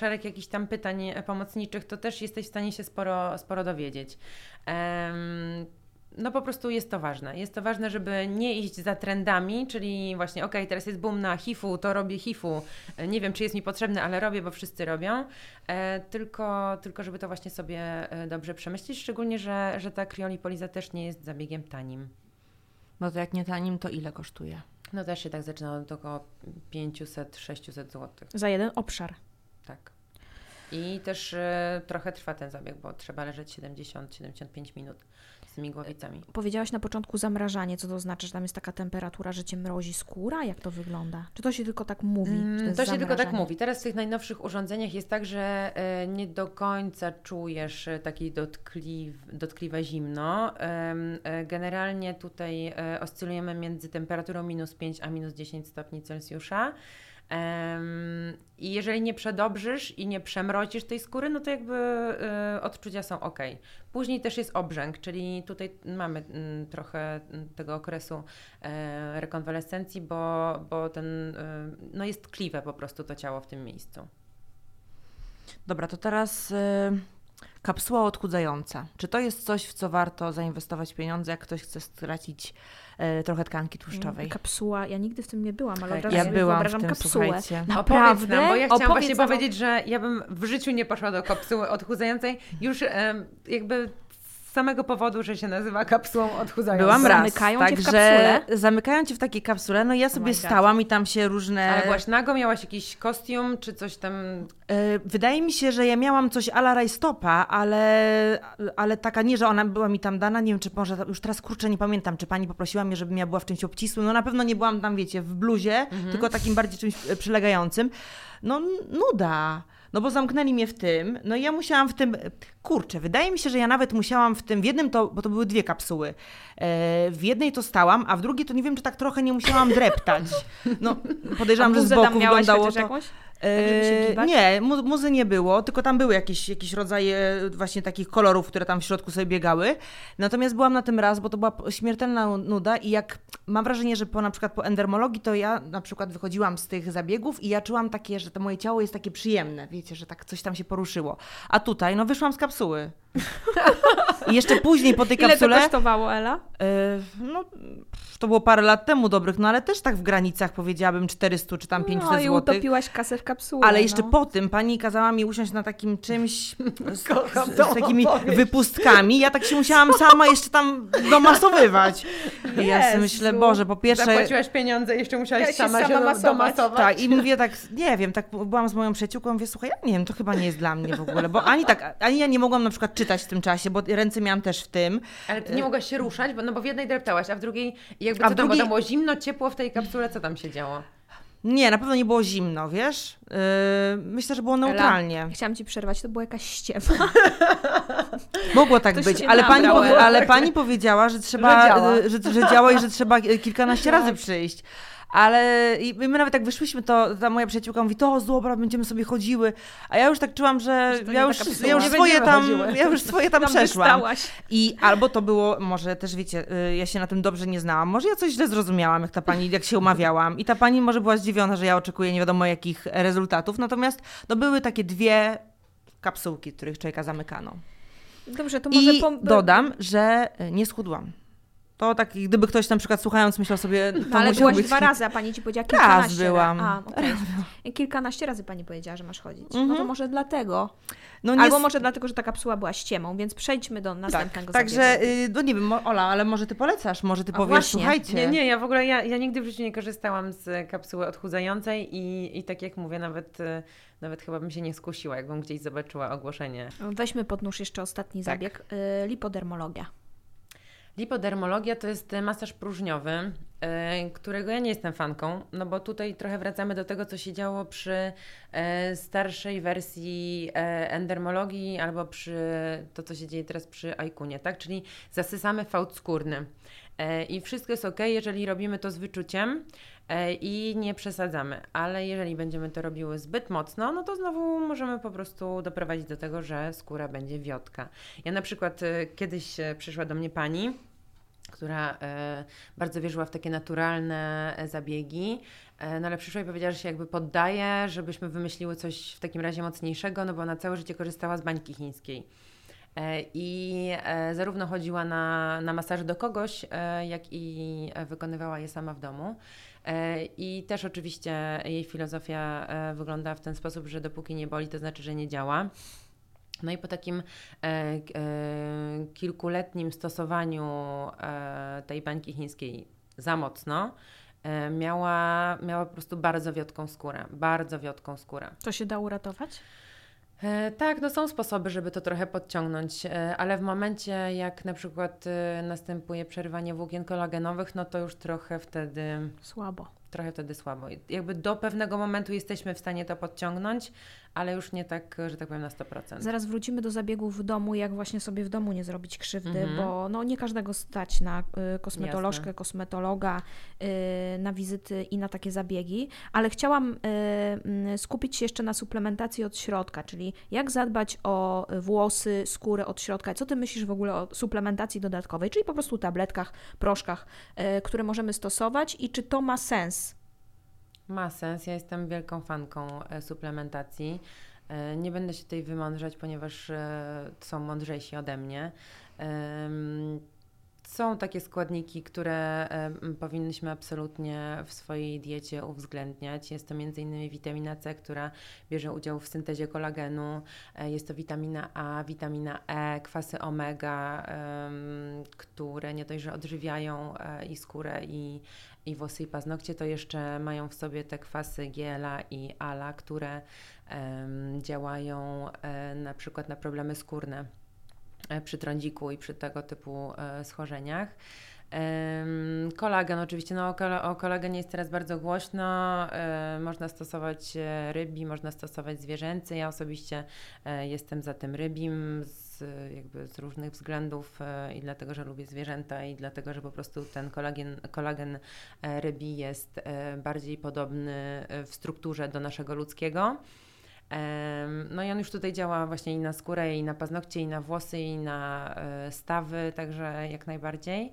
szereg jakichś tam pytań pomocniczych, to też jesteś w stanie się sporo, sporo dowiedzieć. Um, No po prostu jest to ważne. Jest to ważne, żeby nie iść za trendami, czyli właśnie okej, okay, teraz jest boom na hifu, to robię hifu. Nie wiem, czy jest mi potrzebne, ale robię, bo wszyscy robią. E, tylko, tylko żeby to właśnie sobie dobrze przemyśleć, szczególnie, że, że ta kriolipoliza też nie jest zabiegiem tanim. No to jak nie tanim, to ile kosztuje? No też się tak zaczyna od około pięćset sześćset złotych. Za jeden obszar. Tak. I też y, trochę trwa ten zabieg, bo trzeba leżeć siedemdziesiąt do siedemdziesięciu pięciu minut z tymi głowicami. Powiedziałaś na początku zamrażanie, co to znaczy, że tam jest taka temperatura, że cię mrozi skóra? Jak to wygląda? Czy to się tylko tak mówi? Mm, to to jest się tylko tak zamrażanie? mówi. Teraz w tych najnowszych urządzeniach jest tak, że y, nie do końca czujesz y, takiej dotkliw, dotkliwe zimno. Y, y, generalnie tutaj y, oscylujemy między temperaturą minus pięć a minus dziesięć stopni Celsjusza. Um, I jeżeli nie przedobrzysz i nie przemrozisz tej skóry, no to jakby y, odczucia są ok. Później też jest obrzęk, czyli tutaj mamy y, trochę tego okresu y, rekonwalescencji, bo, bo ten, y, no jest tkliwe po prostu to ciało w tym miejscu. Dobra, to teraz y, kapsuła odchudzająca. Czy to jest coś, w co warto zainwestować pieniądze, jak ktoś chce stracić y, trochę tkanki tłuszczowej? Kapsuła, ja nigdy w tym nie byłam, ale Tak, od razu ja sobie byłam wyobrażam w tym, kapsułę. słuchajcie. Naprawdę? Opowiedz nam, bo ja chciałam Opowiedz właśnie nam o- powiedzieć, że ja bym w życiu nie poszła do kapsuły odchudzającej już em, jakby z samego powodu, że się nazywa kapsułą odchudzającą. Byłam raz, Zamykają cię w także kapsule? zamykają cię w takiej kapsule, no i ja sobie my God. stałam i tam się różne... Ale byłaś nago, miałaś jakiś kostium, czy coś tam... E, Wydaje mi się, że ja miałam coś a la rajstopa, ale, ale taka nie, że ona była mi tam dana, nie wiem, czy może, już teraz kurczę nie pamiętam, czy pani poprosiła mnie, żebym ja była w czymś obcisłym, no na pewno nie byłam tam, wiecie, w bluzie, Mhm. tylko takim bardziej czymś e, przylegającym. No nuda, no bo zamknęli mnie w tym, no i ja musiałam w tym, kurczę, wydaje mi się, że ja nawet musiałam w tym, w jednym to, bo to były dwie kapsuły, e, w jednej to stałam, a w drugiej to nie wiem, czy tak trochę nie musiałam dreptać. No podejrzewam, A że z muzę boku tam miałaś wyglądało chociaż to... jakąś? Tak, żeby się E, gibać? nie, mu, muzy nie było, tylko tam były jakieś, jakieś rodzaje właśnie takich kolorów, które tam w środku sobie biegały. Natomiast byłam na tym raz, bo to była śmiertelna nuda i jak mam wrażenie, że po na przykład po endermologii, to ja na przykład wychodziłam z tych zabiegów i ja czułam takie, że to moje ciało jest takie przyjemne, wiecie, że tak coś tam się poruszyło. A tutaj, no wyszłam z kapsuły. I jeszcze później po tej Ile kapsule... to kosztowało, Ela? e, no, to było parę lat temu dobrych, no ale też tak w granicach powiedziałabym czterysta czy tam pięćset No i złotych. utopiłaś kasę w kapsułę. Ale jeszcze no. po tym pani kazała mi usiąść na takim czymś z, Kocham z, tą z takimi opowieść. wypustkami. Ja tak się musiałam sama jeszcze tam domasowywać. I ja sobie Jezu. myślę, Boże, po pierwsze... Zapłaciłaś pieniądze, jeszcze musiałaś Ja się sama, sama się do- masować. domasować. Tak, i mówię tak, nie wiem, tak byłam z moją przyjaciółką, mówię, słuchaj, ja nie wiem, to chyba nie jest dla mnie w ogóle, bo ani tak, ani ja nie mogłam na przykład czytać w tym czasie, bo ręce miałam też w tym. Ale ty nie mogłaś się ruszać, bo, no bo w jednej dreptałaś, a w drugiej jakby A co w tam, drugiej- bo tam było zimno, ciepło w tej kapsule, co tam się działo? Nie, na pewno nie było zimno, wiesz? Yy, myślę, że było neutralnie. Ela, chciałam ci przerwać, to była jakaś ściema. Mogło tak Ktoś być, się ale pani, nabrał, powie, Ela. ale pani powiedziała, że trzeba, Że działa. y, że, że działa i że trzeba kilkanaście Tak. razy przyjść. Ale i my nawet jak wyszłyśmy, to ta moja przyjaciółka mówi, to dobra, będziemy sobie chodziły. A ja już tak czułam, że Że to ja nie już, taka psuła. ja już Nie swoje będziemy tam, chodziły. ja już swoje tam, Tam przeszłam. wystałaś. I albo to było, może też wiecie, y, ja się na tym dobrze nie znałam, może ja coś źle zrozumiałam, jak ta pani, jak się umawiałam. I ta pani może była zdziwiona, że ja oczekuję nie wiadomo jakich rezultatów. Natomiast no, były takie dwie kapsułki, których człowieka zamykano. Dobrze, to może... I pom- dodam, że y, nie schudłam. To tak, gdyby ktoś na przykład słuchając myślał sobie, to No, ale musiał byłaś być dwa hit. razy, a pani ci powiedziała Raz kilkanaście byłam. A, okej. Kilkanaście razy pani powiedziała, że masz chodzić. No Mhm. to może dlatego. No nie Albo s- może dlatego, że ta kapsuła była ściemą, więc przejdźmy do następnego tak, zabiegu. także, y, no nie wiem, mo- Ola, ale może ty polecasz, może ty A powiesz, właśnie. słuchajcie. Nie, nie, ja w ogóle, ja, ja nigdy w życiu nie korzystałam z kapsuły odchudzającej i, i tak jak mówię, nawet, e, nawet chyba bym się nie skusiła, jakbym gdzieś zobaczyła ogłoszenie. Weźmy pod nóż jeszcze ostatni Tak. zabieg. Y, lipodermologia. Lipodermologia to jest masaż próżniowy, e, którego ja nie jestem fanką, no bo tutaj trochę wracamy do tego, co się działo przy e, starszej wersji e, endermologii albo przy to, co się dzieje teraz przy Ajkunie, tak? Czyli zasysamy fałd skórny. E, I wszystko jest ok, jeżeli robimy to z wyczuciem e, i nie przesadzamy, ale jeżeli będziemy to robiły zbyt mocno, no to znowu możemy po prostu doprowadzić do tego, że skóra będzie wiotka. Ja na przykład e, kiedyś e, przyszła do mnie pani, która e, bardzo wierzyła w takie naturalne e, zabiegi, e, no ale przyszła i powiedziała, że się jakby poddaje, żebyśmy wymyśliły coś w takim razie mocniejszego, no bo ona całe życie korzystała z bańki chińskiej. E, I e, zarówno chodziła na, na masaże do kogoś, e, jak i e, wykonywała je sama w domu. E, I też oczywiście jej filozofia e, wygląda w ten sposób, że dopóki nie boli, to znaczy, że nie działa. No i po takim e, e, kilkuletnim stosowaniu e, tej bańki chińskiej za mocno, e, miała, miała po prostu bardzo wiotką skórę, bardzo wiotką skórę. To się da uratować? E, tak, no są sposoby, żeby to trochę podciągnąć, e, ale w momencie jak na przykład e, następuje przerywanie włókien kolagenowych, no to już trochę wtedy... Słabo. Trochę wtedy słabo. Jakby do pewnego momentu jesteśmy w stanie to podciągnąć, ale już nie tak, że tak powiem, na sto procent. Zaraz wrócimy do zabiegów w domu, jak właśnie sobie w domu nie zrobić krzywdy, Mhm. bo no, nie każdego stać na y, kosmetolożkę, Jasne. kosmetologa, y, na wizyty i na takie zabiegi, ale chciałam y, y, skupić się jeszcze na suplementacji od środka, czyli jak zadbać o włosy, skórę od środka. Co Ty myślisz w ogóle o suplementacji dodatkowej, czyli po prostu tabletkach, proszkach, y, które możemy stosować i czy to ma sens? Ma sens. Ja jestem wielką fanką e, suplementacji. E, nie będę się tutaj wymądrzać, ponieważ e, są mądrzejsi ode mnie. Em, Są takie składniki, które em, powinnyśmy absolutnie w swojej diecie uwzględniać. Jest to między innymi witamina C, która bierze udział w syntezie kolagenu. E, Jest to witamina A, witamina E, kwasy omega, em, które nie dość, że odżywiają e, i skórę, i, i włosy, i paznokcie, to jeszcze mają w sobie te kwasy G L A i A L A, które em, działają e, na przykład na problemy skórne przy trądziku i przy tego typu e, schorzeniach. Ym, kolagen oczywiście, no o, kol- o kolagenie jest teraz bardzo głośno, e, można stosować e, rybi, można stosować zwierzęcy. Ja osobiście e, jestem za tym rybim z, jakby z różnych względów e, i dlatego, że lubię zwierzęta i dlatego, że po prostu ten kolagen, kolagen e, rybi jest e, bardziej podobny e, w strukturze do naszego ludzkiego. No i on już tutaj działa właśnie i na skórę, i na paznokcie, i na włosy, i na e, stawy, także jak najbardziej.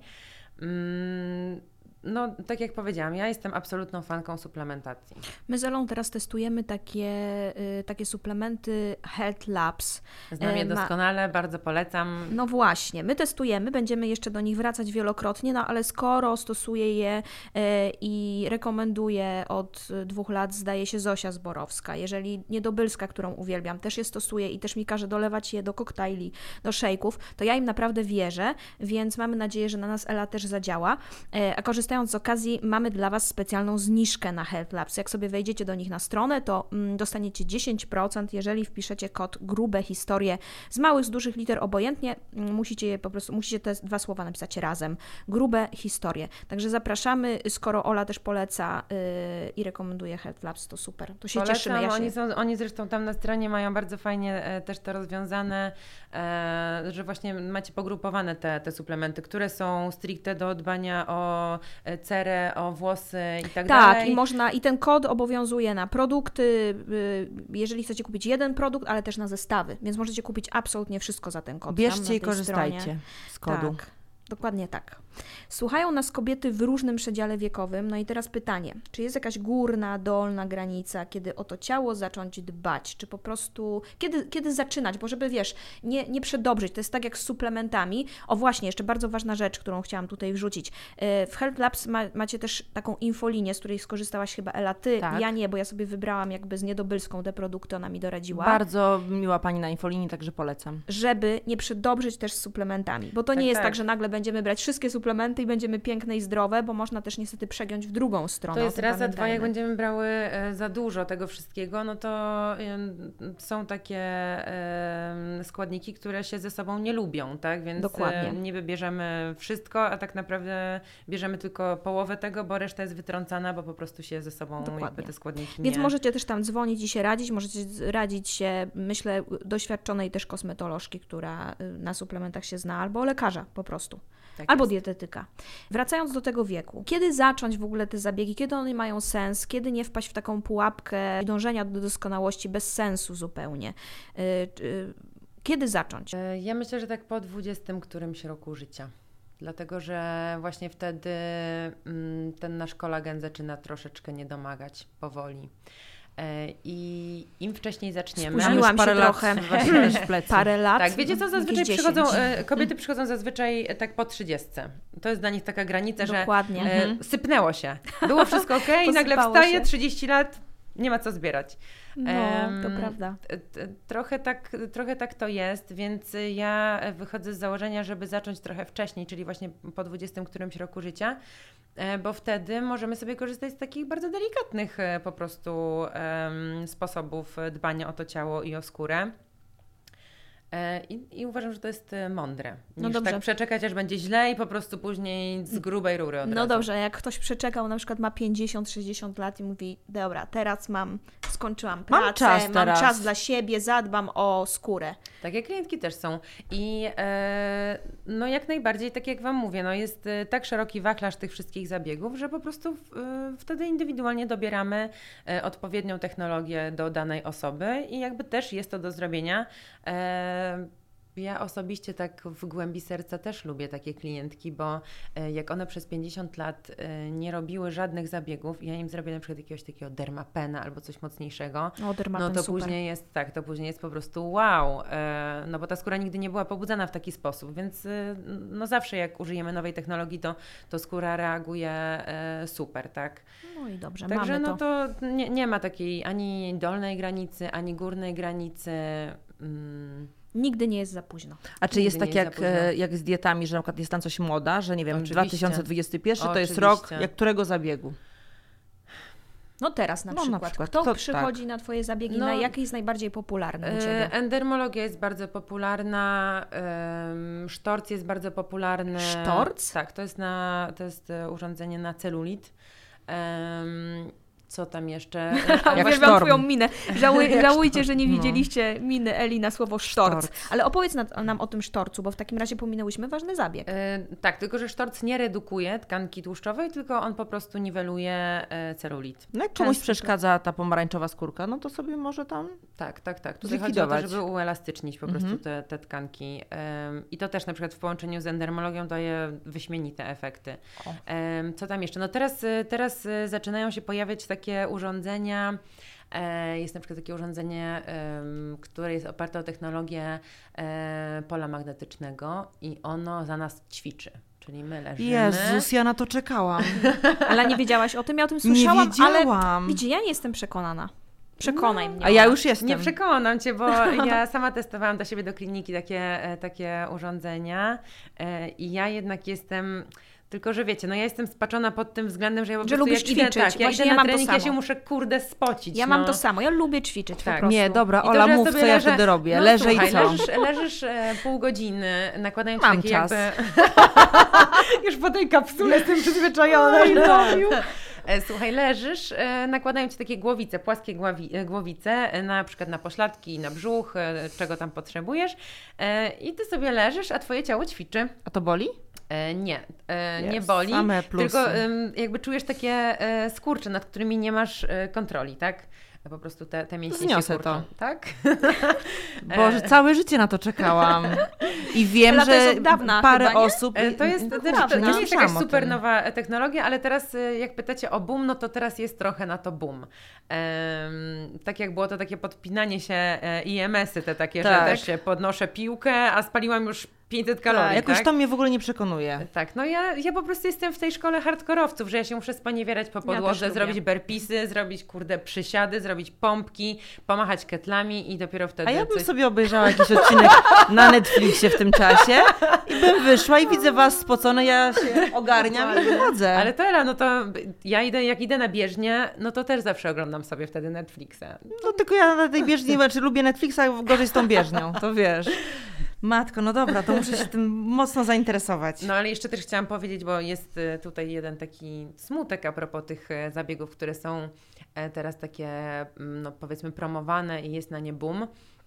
Mm, no, tak jak powiedziałam, ja jestem absolutną fanką suplementacji. My z Elą teraz testujemy takie, y, takie suplementy Health Labs. Znam je E, ma- doskonale, bardzo polecam. No właśnie, my testujemy, będziemy jeszcze do nich wracać wielokrotnie, no ale skoro stosuję je e, i rekomenduję od e, dwóch lat, zdaje się, Zosia Zborowska, jeżeli Niedobylska, którą uwielbiam, też je stosuje i też mi każe dolewać je do koktajli, do szejków, to ja im naprawdę wierzę, więc mamy nadzieję, że na nas Ela też zadziała. E, a korzystając z okazji, mamy dla Was specjalną zniżkę na Health Labs. Jak sobie wejdziecie do nich na stronę, to mm, dostaniecie dziesięć procent, jeżeli wpiszecie kod grube historie z małych, z dużych liter, obojętnie, musicie je po prostu, musicie te dwa słowa napisać razem. Grube historie. Także zapraszamy, skoro Ola też poleca yy, i rekomenduje Health Labs, to super. To się Polecam, cieszymy. Ja się... oni, są, oni zresztą tam na stronie mają bardzo fajnie e, też to rozwiązane, e, że właśnie macie pogrupowane te, te suplementy, które są stricte do dbania o e, cerę, o włosy i tak, Tak, dalej. i można, i ten kod obowiązuje na produkty, yy, jeżeli chcecie kupić jeden produkt, ale też na zestawy, więc możecie kupić absolutnie wszystko za ten kod. tam, na Bierzcie tej i korzystajcie stronie. z kodu. Tak, dokładnie tak. Słuchają nas kobiety w różnym przedziale wiekowym. No i teraz pytanie, czy jest jakaś górna, dolna granica, kiedy o to ciało zacząć dbać? Czy po prostu, kiedy, kiedy zaczynać? Bo żeby, wiesz, nie, nie przedobrzyć, to jest tak jak z suplementami. O właśnie, jeszcze bardzo ważna rzecz, którą chciałam tutaj wrzucić. W Health Labs ma, macie też taką infolinię, z której skorzystałaś chyba, Ela, ty. Tak. Ja nie, bo ja sobie wybrałam jakby z Niedobylską te produkty, ona mi doradziła. Bardzo miła Pani na infolinii, także polecam. Żeby nie przedobrzyć też z suplementami, bo to Tak, nie jest tak. tak, że nagle będziemy brać wszystkie suplementy i będziemy piękne i zdrowe, bo można też niestety przegiąć w drugą stronę. To jest o tym raz, a dwa, jak pamiętajmy. będziemy brały e, za dużo tego wszystkiego, no to e, są takie e, składniki, które się ze sobą nie lubią, tak? Więc Dokładnie. e, niby bierzemy wszystko, a tak naprawdę bierzemy tylko połowę tego, bo reszta jest wytrącana, bo po prostu się ze sobą Dokładnie. jakby te składniki Więc nie... możecie też tam dzwonić i się radzić, możecie z- radzić się, myślę, doświadczonej też kosmetolożki, która y, na suplementach się zna, albo lekarza po prostu. Tak Albo jest. dietetyka. Wracając do tego wieku, kiedy zacząć w ogóle te zabiegi, kiedy one mają sens, kiedy nie wpaść w taką pułapkę dążenia do doskonałości bez sensu zupełnie. Y, y, Kiedy zacząć? E, Ja myślę, że tak po dwudziestym którymś roku życia. dlatego że właśnie wtedy mm, ten nasz kolagen zaczyna troszeczkę nie domagać powoli. I im wcześniej zaczniemy... Spóźniłam parę się lat trochę. w plecy. Parę lat. Tak, wiecie co, zazwyczaj jakieś przychodzą, dziesięć. e, kobiety przychodzą zazwyczaj tak po trzydziestce. To jest dla nich taka granica, Dokładnie. że e, sypnęło się. Było wszystko okej i nagle Posypało wstaje, się. trzydzieści lat, nie ma co zbierać. No, Em, to prawda. t- t- Trochę tak, trochę tak to jest, więc ja wychodzę z założenia, żeby zacząć trochę wcześniej, czyli właśnie po dwudziestym którymś roku życia, e, bo wtedy możemy sobie korzystać z takich bardzo delikatnych e, po prostu em, sposobów dbania o to ciało i o skórę. E, I, I uważam, że to jest e, mądre, No niż dobrze. tak przeczekać, aż będzie źle i po prostu później z grubej rury od No razu. dobrze, jak ktoś przeczekał, na przykład ma pięćdziesiąt sześćdziesiąt lat i mówi, dobra, teraz mam, skończyłam pracę, Mam czas mam teraz. czas dla siebie, zadbam o skórę. Takie klientki też są. I e, no jak najbardziej, tak jak Wam mówię, no jest e, tak szeroki wachlarz tych wszystkich zabiegów, że po prostu w, e, wtedy indywidualnie dobieramy e, odpowiednią technologię do danej osoby i jakby też jest to do zrobienia. E, Ja osobiście tak w głębi serca też lubię takie klientki, bo e, jak one przez pięćdziesiąt lat e, nie robiły żadnych zabiegów, ja im zrobię na przykład jakiegoś takiego dermapena albo coś mocniejszego, O, dermapen, no to super. później jest tak, to później jest po prostu wow, e, no bo ta skóra nigdy nie była pobudzana w taki sposób, więc e, no zawsze jak użyjemy nowej technologii, to, to skóra reaguje e, super, tak? No i dobrze, Także mamy no to. to nie, nie ma takiej ani dolnej granicy, ani górnej granicy. Mm. Nigdy nie jest za późno. A czy Nigdy jest nie tak jest jak, za późno. e, jak z dietami, że na przykład jest tam coś moda, że nie wiem, Oczywiście. dwa tysiące dwudziesty pierwszy to jest Oczywiście. rok jak którego zabiegu? No teraz na No, na przykład. przykład. Kto To przychodzi na Twoje zabiegi? No, na jaki jest najbardziej popularny u Ciebie? E, Endermologia jest bardzo popularna, em, sztorc jest bardzo popularny. Sztorc? Tak, to jest, na, to jest e, urządzenie na celulit. Em, co tam jeszcze? Jak Uwielbiam sztorm. Twoją minę. Żałuj, Jak żałujcie, że nie no. widzieliście miny Eli na słowo sztorc. Sztorc. Ale opowiedz na, nam o tym sztorcu, bo w takim razie pominęłyśmy ważny zabieg. E, tak, tylko że sztorc nie redukuje tkanki tłuszczowej, tylko on po prostu niweluje e, celulit. No jak komuś Często przeszkadza ta pomarańczowa skórka, no to sobie może tam... Tak, tak, tak. Tutaj chodzi o to, Zlikwidować. żeby uelastycznić po prostu Mhm. te, te tkanki. Em, I to też na przykład w połączeniu z endermologią daje wyśmienite efekty. O. Em, co tam jeszcze? No teraz, y, teraz y, zaczynają się pojawiać takie urządzenia. E, Jest na przykład takie urządzenie, em, które jest oparte o technologię e, pola magnetycznego i ono za nas ćwiczy. Czyli my leżymy. Jezus, ja na to czekałam. Ale nie wiedziałaś o tym? Ja o tym Nie słyszałam, ale wiedziałam. widzicie, ja nie jestem przekonana. Przekonaj mnie. A ja Ola. już jestem. Nie przekonam Cię, bo ja sama testowałam dla siebie do kliniki takie, e, takie urządzenia e, i ja jednak jestem... Tylko, że wiecie, no ja jestem spaczona pod tym względem, że ja po Że prostu lubisz jak ćwiczę, ćwiczyć. tak, ja Właśnie idę ja na mam to trening, ja samo. się muszę kurde spocić. Ja no. mam to samo. Ja lubię ćwiczyć po Tak. prostu. Nie, dobra, I to, Ola, że mów, sobie co ja leżę- wtedy robię. No, Leżę słuchaj, i co? Leżysz, leżysz e, pół godziny, nakładają ci Mam taki czas. jakby... Już po tej kapsule jestem przyzwyczajona. E, Słuchaj, leżysz, e, nakładają ci takie głowice, płaskie głowi, e, głowice, e, na przykład na pośladki, na brzuch, e, czego tam potrzebujesz e, i ty sobie leżysz, a twoje ciało ćwiczy. A to boli? E, nie, e, nie Jest, boli, same plusy. tylko em, jakby czujesz takie e, skurcze, nad którymi nie masz e, kontroli, tak? Po prostu te, te mięśnie Zniosę się kurczą, to. tak? Boże, całe życie na to czekałam. I wiem, Ela, to jest że od dawna parę chyba, nie? osób... E, To jest, No, znaczy, prawda, to nie nie jest jakaś słyszałam o super tym. nowa e, technologia, ale teraz e, jak pytacie o boom, no to teraz jest trochę na to boom. Em, tak jak było to takie podpinanie się e, I M S-y te takie, Tak. że też się podnoszę piłkę, a spaliłam już pięćset kalorii, Jakoś tak? to mnie w ogóle nie przekonuje. Tak, no ja, ja po prostu jestem w tej szkole hardkorowców, że ja się muszę sponiewierać po podłodze, lubię. zrobić burpeesy, zrobić kurde przysiady, zrobić pompki, pomachać ketlami i dopiero wtedy A ja bym coś... sobie obejrzała jakiś odcinek na Netflixie w tym czasie i bym wyszła i widzę was spocone, ja się ogarniam i wychodzę. Ale to Ela, no to ja idę, jak idę na bieżnię, no to też zawsze oglądam sobie wtedy Netflixa. No tylko ja na tej bieżni, znaczy lubię Netflixa, gorzej z tą bieżnią, to wiesz. Matko, no dobra, to muszę się tym mocno zainteresować. No ale jeszcze też chciałam powiedzieć, bo jest e, tutaj jeden taki smutek a propos tych e, zabiegów, które są e, teraz takie, mm, no powiedzmy, promowane i jest na nie boom.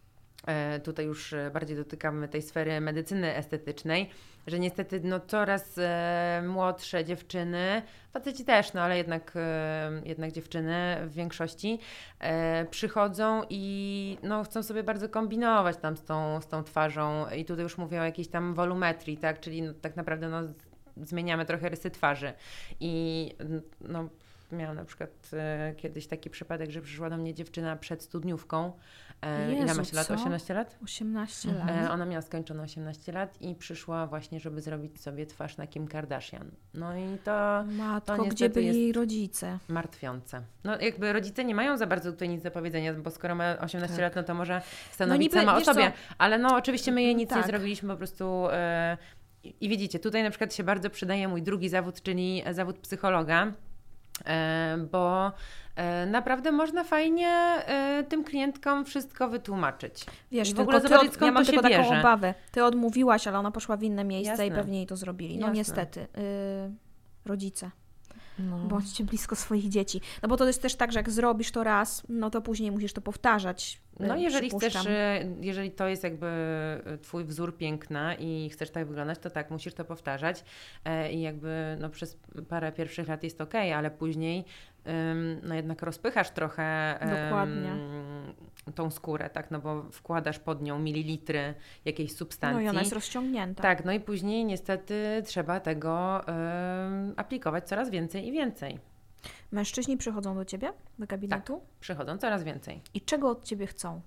E, Tutaj już e, bardziej dotykamy tej sfery medycyny estetycznej, że niestety no, coraz e, młodsze dziewczyny, faceci też, no ale jednak, e, jednak dziewczyny w większości e, przychodzą i no, chcą sobie bardzo kombinować tam z tą, z tą twarzą i tutaj już mówię o jakiejś tam wolumetrii, tak, czyli no, tak naprawdę no, zmieniamy trochę rysy twarzy. I no, miałam na przykład e, kiedyś taki przypadek, że przyszła do mnie dziewczyna przed studniówką. E, Jezu, ile ma się lat? co? osiemnaście lat? osiemnaście Mhm. lat. E, ona miała skończone osiemnaście lat i przyszła właśnie, żeby zrobić sobie twarz na Kim Kardashian. No i to Matko, to gdzie niestety byli jest jej rodzice? martwiące. No jakby rodzice nie mają za bardzo tutaj nic do powiedzenia, bo skoro ma osiemnaście Tak. lat, no to może stanowić No niby, sama o wiesz sobie. co? Ale no oczywiście my jej nic Tak. nie zrobiliśmy, po prostu... E, i widzicie, tutaj na przykład się bardzo przydaje mój drugi zawód, czyli zawód psychologa, e, bo e, naprawdę można fajnie e, tym klientkom wszystko wytłumaczyć. Wiesz, I w tylko ogóle ty zobaczyć, od, skąd ja mam to się tylko taką bierze. obawę. Ty odmówiłaś, ale ona poszła w inne miejsce Jasne. i pewnie jej to zrobili. No Jasne. niestety. Yy, rodzice. No. Bądźcie blisko swoich dzieci. No bo to jest też tak, że jak zrobisz to raz, no to później musisz to powtarzać. No yy, jeżeli chcesz, przypuszczam. e, jeżeli to jest jakby twój wzór piękna i chcesz tak wyglądać, to tak, musisz to powtarzać e, i jakby no przez parę pierwszych lat jest okej, ale później ym, no jednak rozpychasz trochę ym, Dokładnie. tą skórę, tak, no bo wkładasz pod nią mililitry jakiejś substancji. No i ona jest rozciągnięta. Tak, no i później niestety trzeba tego ym, aplikować coraz więcej i więcej. Mężczyźni przychodzą do Ciebie, do gabinetu Przychodzą coraz więcej. i czego od Ciebie chcą?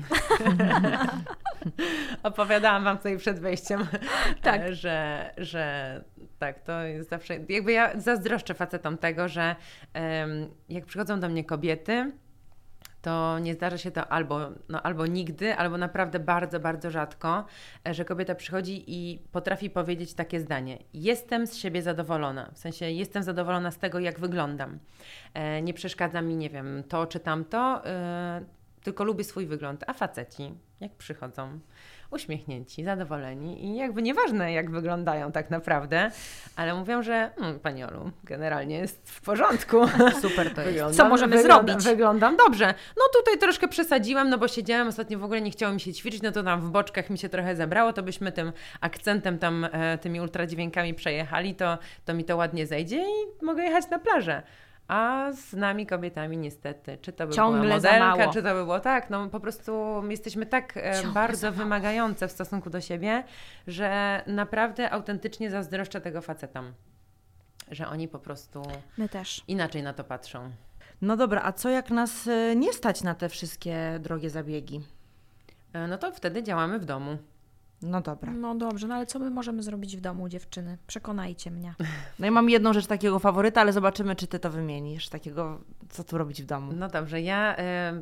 Opowiadałam Wam tutaj przed wejściem, Tak. e, że, że tak, to jest zawsze, jakby ja zazdroszczę facetom tego, że em, jak przychodzą do mnie kobiety, to nie zdarza się to albo, no, albo nigdy, albo naprawdę bardzo, bardzo rzadko, e, że kobieta przychodzi i potrafi powiedzieć takie zdanie: jestem z siebie zadowolona, w sensie jestem zadowolona z tego, jak wyglądam. E, nie przeszkadza mi, nie wiem, to czy tamto, e, tylko lubię swój wygląd. A faceci, jak przychodzą, uśmiechnięci, zadowoleni i jakby nieważne, jak wyglądają tak naprawdę, ale mówią, że hmm, Pani Olu, generalnie jest w porządku. Super to jest. Wyglądam, Co możemy wyglądam, zrobić? Wyglądam dobrze. No tutaj troszkę przesadziłam, no bo siedziałam ostatnio, w ogóle nie chciało mi się ćwiczyć, no to tam w boczkach mi się trochę zebrało, to byśmy tym akcentem tam, e, tymi ultradźwiękami przejechali, to, to mi to ładnie zejdzie i mogę jechać na plażę. A z nami kobietami niestety, czy to by Ciągle była za modelka, mało. czy to by było tak, no po prostu jesteśmy tak e, Ciągle bardzo za mało. wymagające w stosunku do siebie, że naprawdę autentycznie zazdroszczę tego facetom, że oni po prostu My też. inaczej na to patrzą. No dobra, a co jak nas e, nie stać na te wszystkie drogie zabiegi? E, No to wtedy działamy w domu. No dobra. No dobrze, no ale co my możemy zrobić w domu, dziewczyny? Przekonajcie mnie. No ja mam jedną rzecz takiego faworyta, ale zobaczymy, czy ty to wymienisz. Takiego, co tu robić w domu. No dobrze, ja, e, e,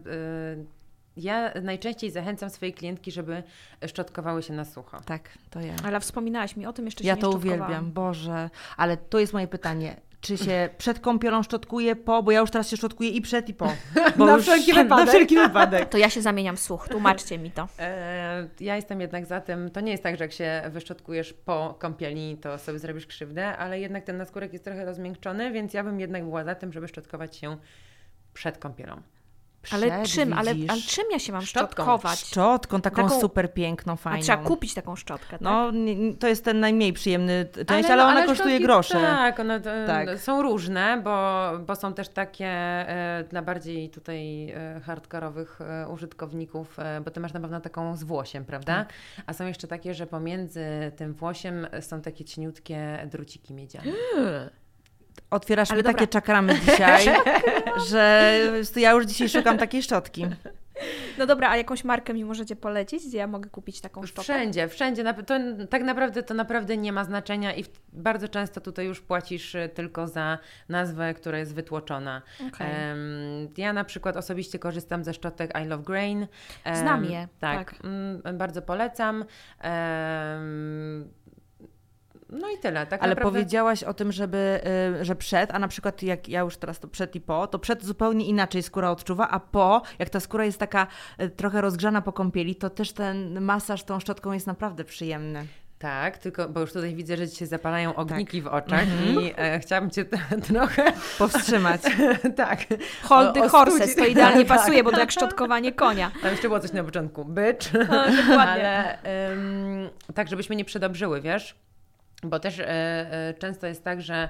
ja najczęściej zachęcam swoje klientki, żeby szczotkowały się na sucho. Tak, to ja. Ale wspominałaś mi o tym, jeszcze się Ja nie to szczotkowałam. uwielbiam, Boże. Ale to jest moje pytanie. Czy się przed kąpielą szczotkuje, po? Bo ja już teraz się szczotkuję i przed, i po. Bo Na już, wszelki Na wypadek. wszelki wypadek. To ja się zamieniam w słuch, tłumaczcie mi to. E, Ja jestem jednak za tym, to nie jest tak, że jak się wyszczotkujesz po kąpieli, to sobie zrobisz krzywdę, ale jednak ten naskórek jest trochę rozmiękczony, więc ja bym jednak była za tym, żeby szczotkować się przed kąpielą. Ale Przed, czym? Ale, widzisz? ale czym ja się mam Szczotką. szczotkować? Szczotką taką, Taką- super piękną, A fajną. trzeba kupić taką szczotkę, tak? No, nie- nie- to jest ten najmniej przyjemny t- część, ale, no, ona kosztuje szczotki, grosze. Tak, one to, Tak. są różne, bo, bo są też takie e, dla bardziej tutaj e, hardkorowych e, użytkowników, e, bo ty masz na pewno taką z włosiem, prawda? Tak. A są jeszcze takie, że pomiędzy tym włosiem są takie cieniutkie druciki miedziane. Otwierasz Ale mi dobra. takie czakramy dzisiaj, że po prostu ja już dzisiaj szukam takiej szczotki. No dobra, a jakąś markę mi możecie polecić, gdzie ja mogę kupić taką szczotkę? Wszędzie, wszędzie. Na- To, tak naprawdę to naprawdę nie ma znaczenia i w, bardzo często tutaj już płacisz y, tylko za nazwę, która jest wytłoczona. Okej. Em, ja na przykład osobiście korzystam ze szczotek I Love Grain. Em, Znam je, Tak, tak. mm, bardzo polecam. Em, no i tyle. Tak Ale naprawdę... powiedziałaś o tym, żeby, y, że przed, a na przykład jak ja już teraz to przed i po, to przed zupełnie inaczej skóra odczuwa, a po, jak ta skóra jest taka y, trochę rozgrzana po kąpieli, to też ten masaż tą szczotką jest naprawdę przyjemny. Tak, tylko, bo już tutaj widzę, że Ci się zapalają ogniki w oczach Mhm. i e, chciałabym Cię trochę... Powstrzymać. tak. Hold the o- horses, ostudzić. to idealnie Tak. pasuje, bo to jak szczotkowanie konia. Tam jeszcze było coś na początku. Bycz. No, dokładnie. Ale ym, tak, żebyśmy nie przedobrzyły, wiesz? Bo też y, y, często jest tak, że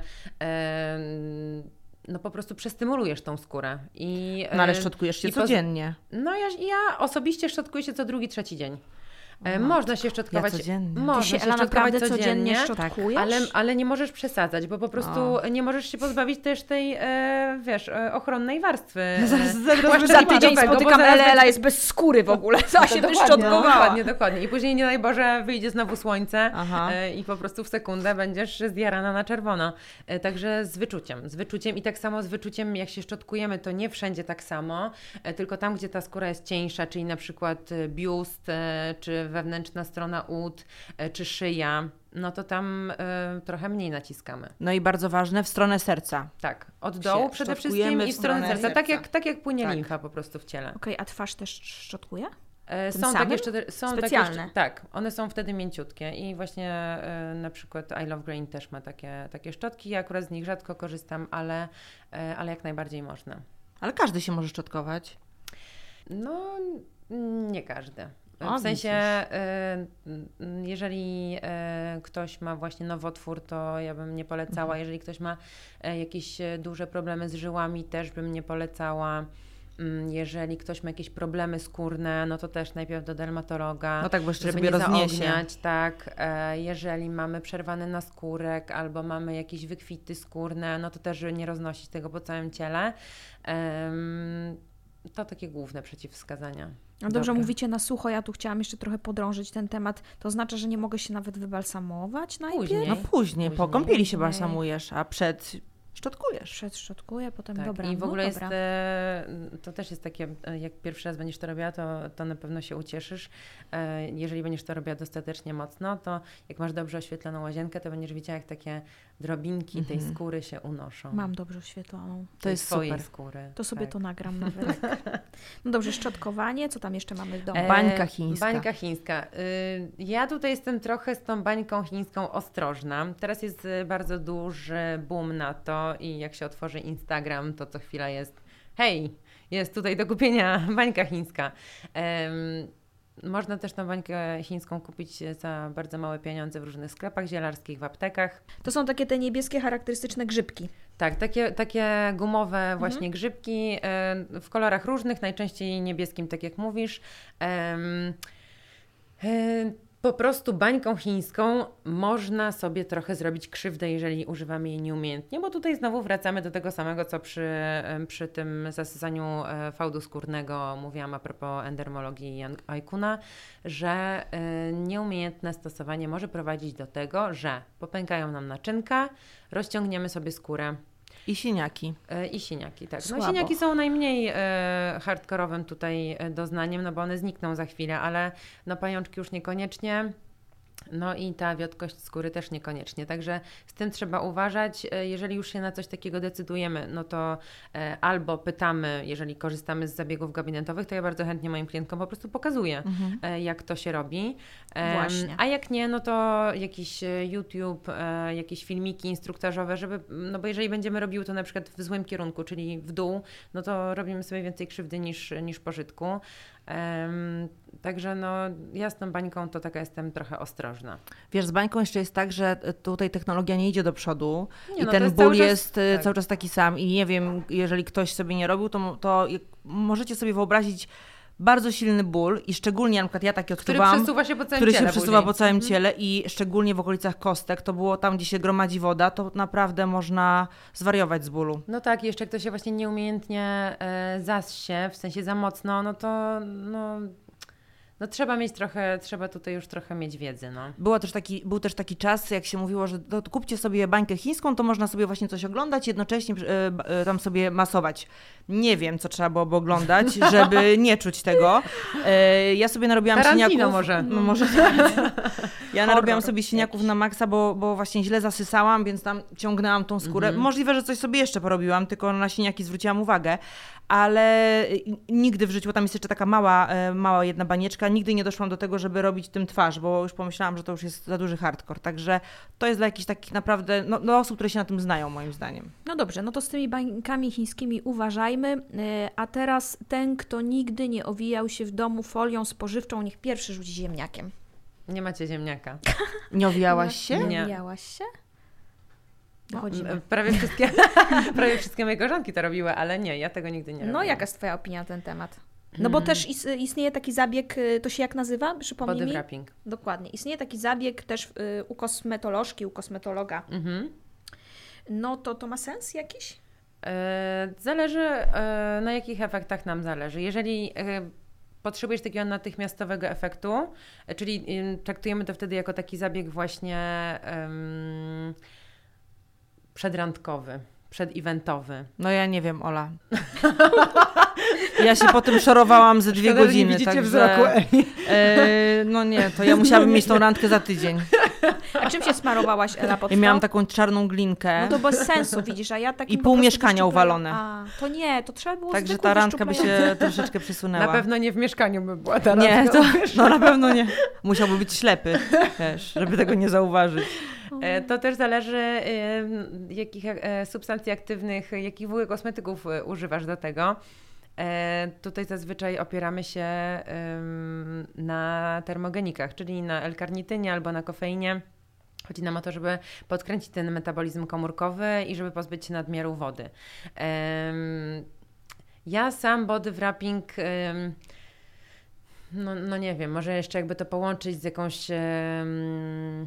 y, no po prostu przestymulujesz tą skórę. I, No ale y, szczotkujesz się i poz- codziennie. No ja, ja osobiście szczotkuję się co drugi, trzeci dzień. E, można się szczotkować. Ja codziennie. Można Ty się, się Ela, szczotkować naprawdę codziennie, szczotkujesz? ale, ale nie możesz przesadzać, bo po prostu O. nie możesz się pozbawić też tej, e, wiesz, e, ochronnej warstwy. E, Zaraz- zaraz płaszcza Za tydzień limadowego, bo spotykam zaraz Elę, Ela będzie- jest bez skóry w ogóle, za się dokładnie, wyszczotkowała. Dokładnie, dokładnie. I później, nie daj Boże, wyjdzie znowu słońce Aha. e, i po prostu w sekundę będziesz zjarana na czerwono. E, także z wyczuciem, z wyczuciem i tak samo z wyczuciem, jak się szczotkujemy, to nie wszędzie tak samo, e, tylko tam, gdzie ta skóra jest cieńsza, czyli na przykład e, biust, e, czy wewnętrzna strona ud, e, czy szyja, no to tam e, trochę mniej naciskamy. No i bardzo ważne, w stronę serca. Tak, od dołu Się przede szczotkujemy wszystkim w i w stronę stronę serca, tak serca. jak, tak jak płynie Tak. limfa po prostu w ciele. Okej, a twarz też szczotkuje? E, Tym Są samym? takie, szczoty- są takie Specjalne. szcz- tak, one są wtedy mięciutkie i właśnie e, na przykład I Love Green też ma takie, takie szczotki. Ja akurat z nich rzadko korzystam, ale, e, ale jak najbardziej można. Ale każdy się może szczotkować. No, n- nie każdy. O, W sensie, widzisz. e, n- jeżeli e, ktoś ma właśnie nowotwór, to ja bym nie polecała. Mhm. Jeżeli ktoś ma e, jakieś e, duże problemy z żyłami, też bym nie polecała. Mm, Jeżeli ktoś ma jakieś problemy skórne, no to też najpierw do dermatologa. No tak, bo jeszcze żeby sobie nie rozniesie. zaogniać, tak. E, jeżeli mamy przerwany naskórek albo mamy jakieś wykwity skórne, no to też żeby nie roznosić tego po całym ciele. Em, to takie główne przeciwwskazania. No dobrze, Dobra. mówicie na sucho, ja tu chciałam jeszcze trochę podrążyć ten temat. To znaczy, że nie mogę się nawet wybalsamować najpierw? Później. No później, po Później. kąpieli się Później. balsamujesz, a przed szczotkujesz. Przed szczotkuję, potem Tak. dobra, I w ogóle no jest, dobra. e, to też jest takie, e, jak pierwszy raz będziesz to robiła, to, to na pewno się ucieszysz. E, jeżeli będziesz to robiła dostatecznie mocno, to jak masz dobrze oświetloną łazienkę, to będziesz widziała, jak takie drobinki tej Mhm. skóry się unoszą. Mam dobrze oświetloną. To jest twojej super. skóry. To sobie tak. to nagram nawet. No dobrze, szczotkowanie, co tam jeszcze mamy w domu? E, Bańka chińska. Bańka chińska. Y, Ja tutaj jestem trochę z tą bańką chińską ostrożna. Teraz jest y, bardzo duży boom na to i jak się otworzy Instagram, to co chwila jest hej, jest tutaj do kupienia bańka chińska. Em, Można też tą bańkę chińską kupić za bardzo małe pieniądze w różnych sklepach zielarskich, w aptekach. To są takie te niebieskie, charakterystyczne grzybki. Tak, takie, takie gumowe Mhm. właśnie grzybki e, w kolorach różnych, najczęściej niebieskim, tak jak mówisz. Em, e, po prostu bańką chińską można sobie trochę zrobić krzywdę, jeżeli używamy jej nieumiejętnie, bo tutaj znowu wracamy do tego samego, co przy, em, przy tym zasysaniu e, fałdu skórnego mówiłam a propos endermologii i Aikuna, że e, nieumiejętne stosowanie może prowadzić do tego, że popękają nam naczynka, rozciągniemy sobie skórę. I siniaki. E, I siniaki, tak. No Słabo. siniaki są najmniej e, hardkorowym tutaj e, doznaniem, no bo one znikną za chwilę, ale no pajączki już niekoniecznie. No i ta wiotkość skóry też niekoniecznie, także z tym trzeba uważać. E, Jeżeli już się na coś takiego decydujemy, no to e, albo pytamy, jeżeli korzystamy z zabiegów gabinetowych, to ja bardzo chętnie moim klientkom po prostu pokazuję, Mhm. e, jak to się robi. Em, Właśnie. A jak nie, no to jakiś e, YouTube, e, jakieś filmiki instruktażowe, żeby, no bo jeżeli będziemy robiły to na przykład w złym kierunku, czyli w dół, no to robimy sobie więcej krzywdy niż, niż pożytku. Em, Także no ja z tą bańką to taka jestem trochę ostrożna. Wiesz, z bańką jeszcze jest tak, że tutaj technologia nie idzie do przodu Nie, i no to ten jest ból cały czas- jest e, tak. cały czas taki sam i nie wiem, jeżeli ktoś sobie nie robił, to, to jak- możecie sobie wyobrazić bardzo silny ból i szczególnie, na przykład ja takie Który odczuwam, przesuwa się po całym który ciele się przesuwa później. po całym Mhm. ciele i szczególnie w okolicach kostek, to było tam, gdzie się gromadzi woda, to naprawdę można zwariować z bólu. No tak, jeszcze jak to się właśnie nieumiejętnie e, zassie, w sensie za mocno, no to no, no trzeba mieć trochę, trzeba tutaj już trochę mieć wiedzy, no. Było też taki, był też taki czas, jak się mówiło, że to kupcie sobie bańkę chińską, to można sobie właśnie coś oglądać, jednocześnie e, b- e, tam sobie masować. Nie wiem, co trzeba byłoby oglądać, żeby nie czuć tego. E, ja sobie narobiłam Tarantino siniaków. może. No, może tak. Ja narobiłam Horror sobie siniaków jakiś. na maksa, bo, bo właśnie źle zasysałam, więc tam ciągnęłam tą skórę. Mhm. Możliwe, że coś sobie jeszcze porobiłam, tylko na siniaki zwróciłam uwagę, ale nigdy w życiu, bo tam jest jeszcze taka mała, e, mała jedna banieczka, nigdy nie doszłam do tego, żeby robić tym twarz, bo już pomyślałam, że to już jest za duży hardcore. Także to jest dla jakichś takich naprawdę, no, no osób, które się na tym znają, moim zdaniem. No dobrze, no to z tymi bańkami chińskimi uważajmy. Yy, A teraz ten, kto nigdy nie owijał się w domu folią spożywczą, niech pierwszy rzuci ziemniakiem. Nie macie ziemniaka. Nie owijałaś się? Nie, Nie. owijałaś się? Wychodzimy. M- Prawie wszystkie, prawie wszystkie moje koleżanki to robiły, ale nie, ja tego nigdy nie robiłam. No jaka jest Twoja opinia na ten temat? No bo też is, istnieje taki zabieg, to się jak nazywa? Przypomnij Body mi. wrapping. Dokładnie. Istnieje taki zabieg też y, u kosmetolożki, u kosmetologa. Mhm. No to to ma sens jakiś? E, zależy, e, na jakich efektach nam zależy. Jeżeli e, potrzebujesz takiego natychmiastowego efektu, e, czyli e, traktujemy to wtedy jako taki zabieg właśnie em, przedrandkowy, przedeventowy. No ja nie wiem, Ola. Ja się po tym szorowałam ze dwie Szkoda, że godziny. nie widzicie także, wzroku Eli. e, no nie, to ja musiałabym mieć tą randkę za tydzień. A czym się smarowałaś, Ela, pod I miałam taką czarną glinkę. No to bez sensu, widzisz, a ja takim I po pół prostu mieszkania wyszczuplającym- uwalone. A, to nie, to trzeba było Także zwykłe ta randka by się wyszczuplające. troszeczkę przesunęła. Na pewno nie w mieszkaniu by była ta Nie, randka. to, no na pewno nie. Musiałby być ślepy też, żeby tego nie zauważyć. E, To też zależy, e, jakich e, substancji aktywnych, jakich w ogóle kosmetyków e, używasz do tego. E, Tutaj zazwyczaj opieramy się em, na termogenikach, czyli na L-karnitynie albo na kofeinie. Chodzi nam o to, żeby podkręcić ten metabolizm komórkowy i żeby pozbyć się nadmiaru wody. Em, Ja sam body wrapping, em, no, no nie wiem, może jeszcze jakby to połączyć z jakąś... em,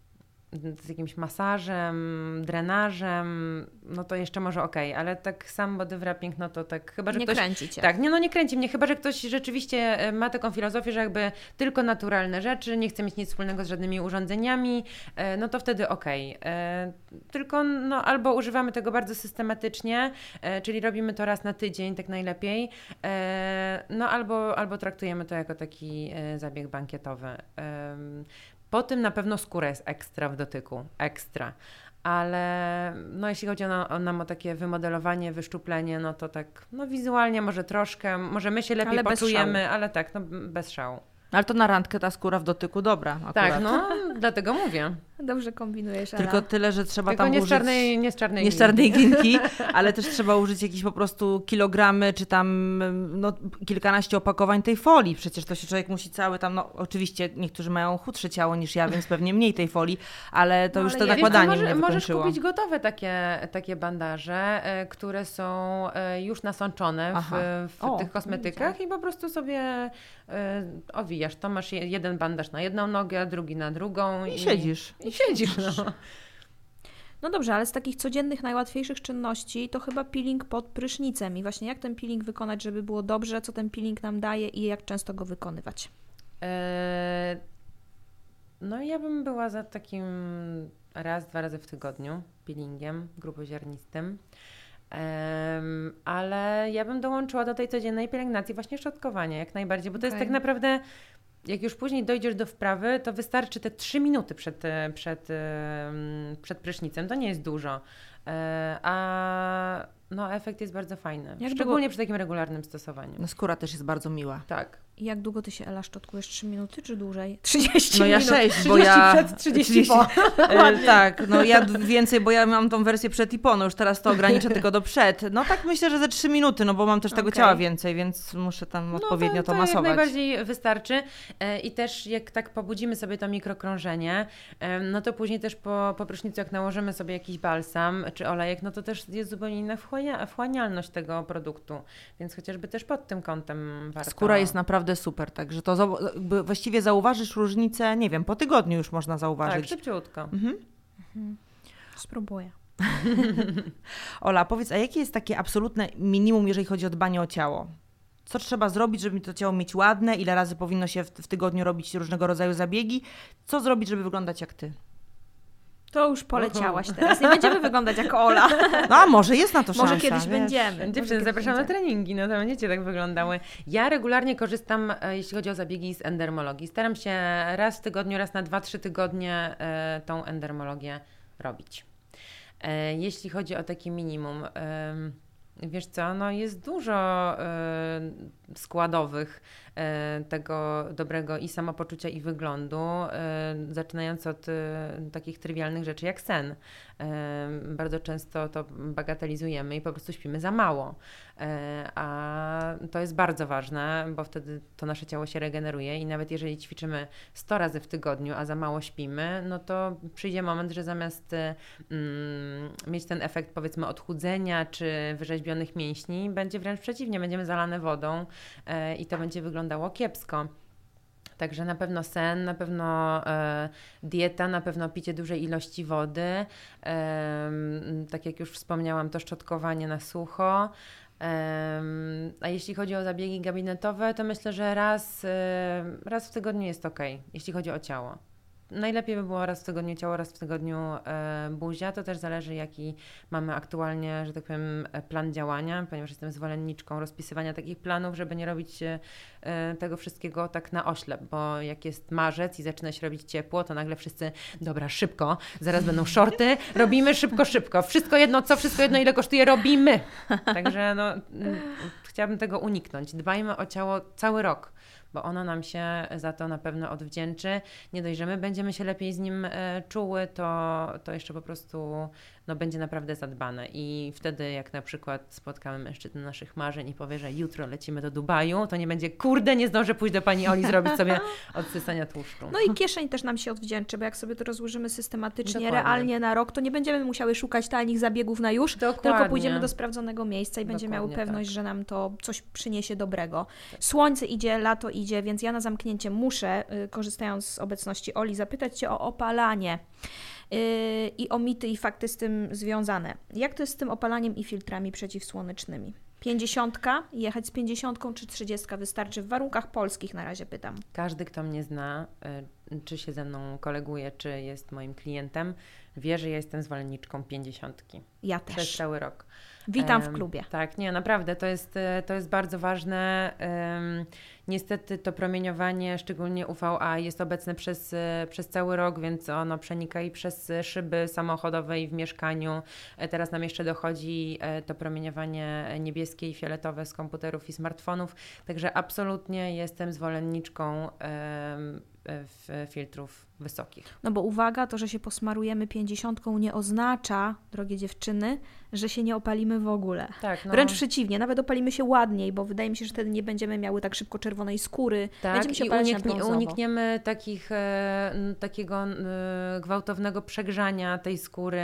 z jakimś masażem, drenażem, no to jeszcze może okej, ale tak sam body wrapping, no to tak chyba, że Nie ktoś... kręci cię. Tak, nie, no nie kręci mnie, chyba, że ktoś rzeczywiście e, ma taką filozofię, że jakby tylko naturalne rzeczy, nie chce mieć nic wspólnego z żadnymi urządzeniami, e, no to wtedy okej. E, Tylko no albo używamy tego bardzo systematycznie, e, czyli robimy to raz na tydzień, tak najlepiej, e, no albo, albo traktujemy to jako taki e, zabieg bankietowy. Em, Po tym na pewno skóra jest ekstra w dotyku, ekstra. Ale no jeśli chodzi o, na, o nam o takie wymodelowanie, wyszczuplenie, no to tak no wizualnie może troszkę, może my się lepiej Ale bez poczujemy, ale tak, no bez szału. Ale to na randkę ta skóra w dotyku dobra akurat. Tak, no dlatego mówię. Dobrze kombinujesz, Ela. Tylko tyle, że trzeba Tylko tam nie z użyć... czarnej, nie z czarnej Nie z gliny. czarnej glinki, ale też trzeba użyć jakieś po prostu kilogramy, czy tam no, kilkanaście opakowań tej folii. Przecież to się człowiek musi cały tam, no oczywiście niektórzy mają chudsze ciało niż ja, więc pewnie mniej tej folii, ale to No, już ale to ja- nakładanie Wiesz co, mnie może, Możesz wykończyło. kupić gotowe takie, takie bandaże, e, które są e, już nasączone w, Aha. w O, tych kosmetykach i po prostu sobie e, owijasz. To masz je- jeden bandaż na jedną nogę, drugi na drugą. I siedzisz. I siedzisz, no. No dobrze, ale z takich codziennych, najłatwiejszych czynności to chyba peeling pod prysznicem. I właśnie jak ten peeling wykonać, żeby było dobrze, co ten peeling nam daje i jak często go wykonywać? E, no ja bym była za takim raz, dwa razy w tygodniu peelingiem gruboziarnistym. Em, ale ja bym dołączyła do tej codziennej pielęgnacji właśnie szczotkowania jak najbardziej, bo to jest Okej. tak naprawdę, jak już później dojdziesz do wprawy, to wystarczy te trzy minuty przed, e, przed, em, przed prysznicem, to nie jest dużo, e, a no, efekt jest bardzo fajny, Jak szczególnie długo- przy takim regularnym stosowaniu. No skóra też jest bardzo miła. Tak. I jak długo ty się, Ela, szczotkujesz? trzy minuty czy dłużej? trzydzieści No ja minut. sześć, bo ja... przed, trzydzieści po. E, tak, no ja d- więcej, bo ja mam tą wersję przed i po, no już teraz to ograniczę tylko do przed. No tak myślę, że ze trzy minuty, no bo mam też tego Okej. ciała więcej, więc muszę tam odpowiednio to, to masować. jak najbardziej wystarczy. E, I też jak tak pobudzimy sobie to mikrokrążenie, e, no to później też po, po prysznicu, jak nałożymy sobie jakiś balsam czy olejek, no to też jest zupełnie inna wchłania, wchłanialność tego produktu. Więc chociażby też pod tym kątem warto. Skóra jest naprawdę super, także to zau- jakby właściwie zauważysz różnicę, nie wiem, po tygodniu już można Tak, zauważyć. szybciutko. Mhm. Spróbuję. Ola, powiedz, a jakie jest takie absolutne minimum, jeżeli chodzi o dbanie o ciało? Co trzeba zrobić, żeby to ciało mieć ładne? Ile razy powinno się w, w tygodniu robić różnego rodzaju zabiegi? Co zrobić, żeby wyglądać jak ty? To już poleciałaś teraz. Nie będziemy wyglądać jak Ola. No a może jest na to szansa. Może kiedyś wiesz? będziemy. Może Dziewczyny, kiedyś zapraszam na będziemy. treningi, no to będziecie tak wyglądały. Ja regularnie korzystam, e, jeśli chodzi o zabiegi z endermologii. Staram się raz w tygodniu, raz na dwa, trzy tygodnie e, tą endermologię robić. E, jeśli chodzi o takie minimum, em, wiesz co, no jest dużo e, składowych tego dobrego i samopoczucia, i wyglądu, zaczynając od takich trywialnych rzeczy jak sen. Bardzo często to bagatelizujemy i po prostu śpimy za mało. A to jest bardzo ważne, bo wtedy to nasze ciało się regeneruje i nawet jeżeli ćwiczymy sto razy w tygodniu, a za mało śpimy, no to przyjdzie moment, że zamiast mm, mieć ten efekt, powiedzmy, odchudzenia czy wyrzeźbionych mięśni, będzie wręcz przeciwnie, będziemy zalane wodą e, i to będzie wyglądało kiepsko. Także na pewno sen, na pewno e, dieta, na pewno picie dużej ilości wody, e, tak jak już wspomniałam, to szczotkowanie na sucho. Um, a jeśli chodzi o zabiegi gabinetowe, to myślę, że raz, y, raz w tygodniu jest ok, jeśli chodzi o ciało. Najlepiej by było raz w tygodniu ciało, raz w tygodniu e, buzia. To też zależy, jaki mamy aktualnie, że tak powiem, plan działania, ponieważ jestem zwolenniczką rozpisywania takich planów, żeby nie robić e, tego wszystkiego tak na oślep, bo jak jest marzec i zaczyna się robić ciepło, to nagle wszyscy, dobra, szybko, zaraz będą shorty, robimy szybko, szybko. Wszystko jedno co, wszystko jedno ile kosztuje, robimy. Także no, m, chciałabym tego uniknąć. Dbajmy o ciało cały rok, bo ono nam się za to na pewno odwdzięczy. Nie dość, że my będziemy się lepiej z nim e, czuły, to, to jeszcze po prostu no, będzie naprawdę zadbane. I wtedy jak na przykład spotkamy mężczyznę naszych marzeń i powie, że jutro lecimy do Dubaju, to nie będzie, kurde, nie zdążę pójść do pani Oli zrobić sobie odsysania tłuszczu. No i kieszeń też nam się odwdzięczy, bo jak sobie to rozłożymy systematycznie, Dokładnie. realnie na rok, to nie będziemy musiały szukać tanich zabiegów na już, Dokładnie. tylko pójdziemy do sprawdzonego miejsca i będziemy miały Dokładnie pewność, tak. że nam to coś przyniesie dobrego. Słońce idzie, lato idzie, więc ja na zamknięcie muszę, y, korzystając z obecności Oli, zapytać Cię o opalanie yy, i o mity i fakty z tym związane. Jak to jest z tym opalaniem i filtrami przeciwsłonecznymi? Pięćdziesiątka, jechać z pięćdziesiątką czy trzydziestka wystarczy? W warunkach polskich na razie pytam. Każdy, kto mnie zna, y, czy się ze mną koleguje, czy jest moim klientem, wie, że ja jestem zwolenniczką pięćdziesiątki. Ja Przez też. cały rok. Witam w Um, klubie. Tak, nie, naprawdę, to jest, to jest bardzo ważne. Um, niestety to promieniowanie, szczególnie U V A, jest obecne przez, przez cały rok, więc ono przenika i przez szyby samochodowe i w mieszkaniu. Teraz nam jeszcze dochodzi to promieniowanie niebieskie i fioletowe z komputerów i smartfonów, także absolutnie jestem zwolenniczką um, w filtrów wysokich. No bo uwaga, to, że się posmarujemy pięćdziesiątką nie oznacza, drogie dziewczyny, że się nie opalimy w ogóle. Tak, no. Wręcz przeciwnie, nawet opalimy się ładniej, bo wydaje mi się, że wtedy nie będziemy miały tak szybko czerwonej skóry. Tak, będziemy się i opalać uniknie, na brązowo. unikniemy takich, e, takiego e, gwałtownego przegrzania tej skóry,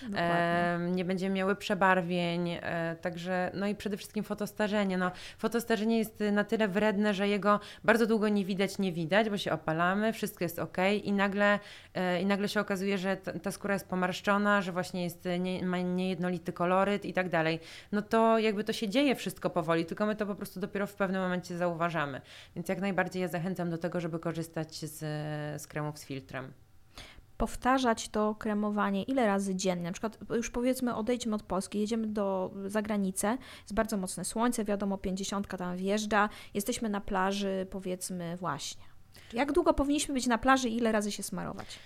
e, nie będziemy miały przebarwień, e, także no i przede wszystkim fotostarzenie. No, fotostarzenie jest na tyle wredne, że jego bardzo długo nie widać, nie widać, bo się opalamy, wszystko jest ok i nagle, e, i nagle się okazuje, że ta, ta skóra jest pomarszczona, że właśnie jest nie, ma niejednolity koloryt i tak dalej. No to jakby to się dzieje wszystko powoli, tylko my to po prostu dopiero w pewnym momencie zauważamy. Więc jak najbardziej ja zachęcam do tego, żeby korzystać z, z kremów z filtrem. Powtarzać to kremowanie ile razy dziennie? Na przykład już powiedzmy odejdźmy od Polski, jedziemy do zagranicy, jest bardzo mocne słońce, wiadomo, pięćdziesiątka tam wjeżdża, jesteśmy na plaży, powiedzmy właśnie. Jak długo powinniśmy być na plaży i ile razy się smarować?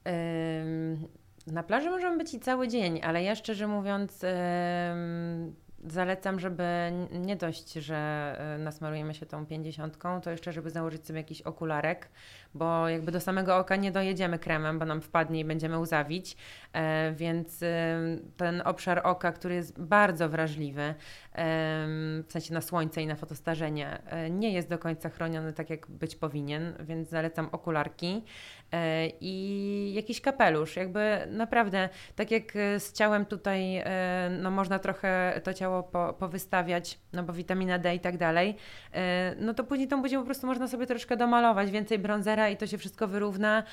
Ym, na plaży możemy być i cały dzień, ale ja szczerze mówiąc ym, zalecam, żeby nie dość, że nasmarujemy się tą pięćdziesiątką, to jeszcze, żeby założyć sobie jakiś okularek, bo jakby do samego oka nie dojedziemy kremem, bo nam wpadnie i będziemy łzawić, e, więc e, ten obszar oka, który jest bardzo wrażliwy, e, w sensie na słońce i na fotostarzenie, e, nie jest do końca chroniony tak, jak być powinien, więc zalecam okularki e, i jakiś kapelusz. Jakby naprawdę, tak jak z ciałem tutaj, e, no można trochę to ciało po, powystawiać, no bo witamina D i tak dalej, e, no to później tą buzię po prostu można sobie troszkę domalować, więcej bronzera i to się wszystko wyrówna,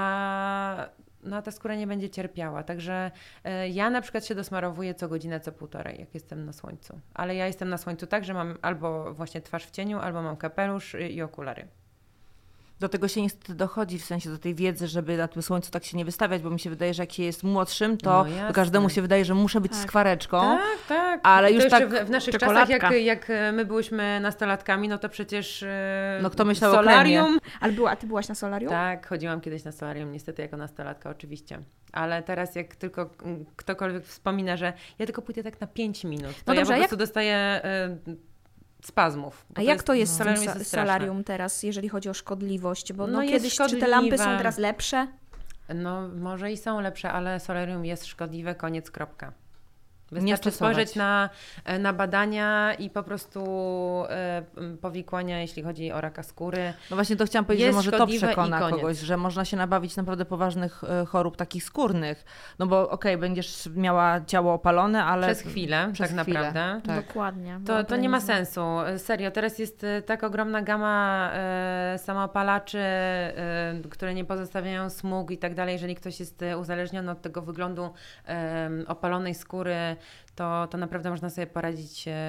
a no, ta skóra nie będzie cierpiała. Także y, ja na przykład się dosmarowuję co godzinę, co półtorej, jak jestem na słońcu. Ale ja jestem na słońcu tak, że mam albo właśnie twarz w cieniu, albo mam kapelusz i, i okulary. Do tego się niestety dochodzi, w sensie do tej wiedzy, żeby na tym słońcu tak się nie wystawiać, bo mi się wydaje, że jak się jest młodszym, to, No to każdemu się wydaje, że muszę być Tak. skwareczką. Tak, tak. Ale I już to tak jeszcze w, w naszych czekoladka. czasach, jak, jak my byłyśmy nastolatkami, no to przecież yy, No kto myślał o solarium. Ale była, ty byłaś na solarium? Tak, chodziłam kiedyś na solarium, niestety jako nastolatka oczywiście. Ale teraz jak tylko ktokolwiek wspomina, że ja tylko pójdę tak na pięć minut, to No dobrze, ja po jak- prostu dostaję... Yy, spazmów. A jak to jest no, z tym solarium, sa- jest solarium teraz, jeżeli chodzi o szkodliwość? Bo no, No jest kiedyś, czy te lampy są szkodliwe. teraz lepsze? No może i są lepsze, ale solarium jest szkodliwe, koniec, kropka. Nie Wystarczy stosować. spojrzeć na, na badania i po prostu e, powikłania, jeśli chodzi o raka skóry. No właśnie to chciałam powiedzieć, Jest że może to szkodliwe i przekona koniec. kogoś, że można się nabawić naprawdę poważnych e, chorób takich skórnych. No bo okej, będziesz miała ciało opalone, ale... Przez chwilę, przez tak chwilę. naprawdę. Tak. Dokładnie. To, to nie ma Organizm. sensu. Serio, teraz jest e, tak ogromna gama e, samoopalaczy, e, które nie pozostawiają smug i tak dalej. Jeżeli ktoś jest e, uzależniony od tego wyglądu e, opalonej skóry, to, to naprawdę można sobie poradzić e,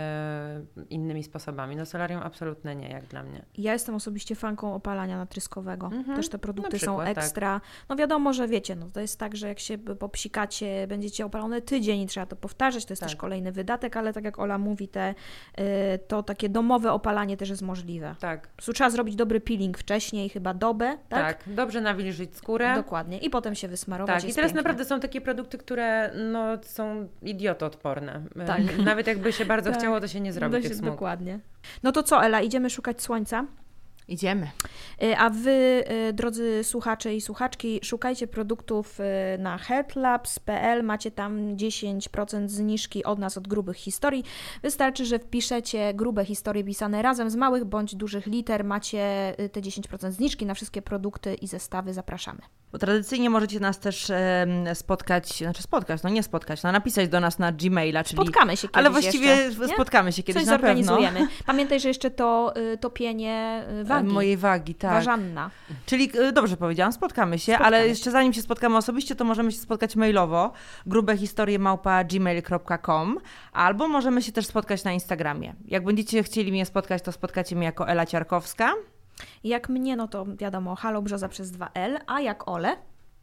innymi sposobami. No solarium absolutnie nie, jak dla mnie. Ja jestem osobiście fanką opalania natryskowego. Mhm. Też te produkty Na przykład, są tak. ekstra. No wiadomo, że wiecie, no to jest tak, że jak się popsikacie, będziecie opalone tydzień i trzeba to powtarzać, to jest Tak. też kolejny wydatek, ale tak jak Ola mówi, te, y, to takie domowe opalanie też jest możliwe. Tak, Po prostu trzeba zrobić dobry peeling wcześniej, chyba dobę, tak? tak. Dobrze nawilżyć skórę. Dokładnie. I potem się wysmarować. Tak, i jest teraz pięknie. naprawdę są takie produkty, które no, są idiotoodporne. E, Tak. Nawet jakby się bardzo Tak. chciało, to się nie zrobi Da tych się- smug. Dokładnie. No to co, Ela, idziemy szukać słońca? Idziemy. Y, A wy, y, drodzy słuchacze i słuchaczki, szukajcie produktów y, na healthlabs kropka p l. Macie tam dziesięć procent zniżki od nas, od grubych historii. Wystarczy, że wpiszecie grube historie pisane razem z małych bądź dużych liter. Macie y, te dziesięć procent zniżki na wszystkie produkty i zestawy. Zapraszamy. Bo tradycyjnie możecie nas też em, spotkać, znaczy spotkać, no nie spotkać, no napisać do nas na Gmaila, czyli... Spotkamy się kiedyś Ale właściwie jeszcze, nie? spotkamy się kiedyś Coś na pewno. zorganizujemy. Pamiętaj, że jeszcze to y, topienie y, wagi. Mojej wagi, tak. Ważanna. Czyli y, dobrze powiedziałam, spotkamy się, Spotkamy ale się. jeszcze zanim się spotkamy osobiście, to możemy się spotkać mailowo, grubehistorie małpa gmail kropka com, albo możemy się też spotkać na Instagramie. Jak będziecie chcieli mnie spotkać, to spotkacie mnie jako Ela Ciarkowska. Jak mnie, no to wiadomo, Halo Brzoza przez dwa L, a jak Ole?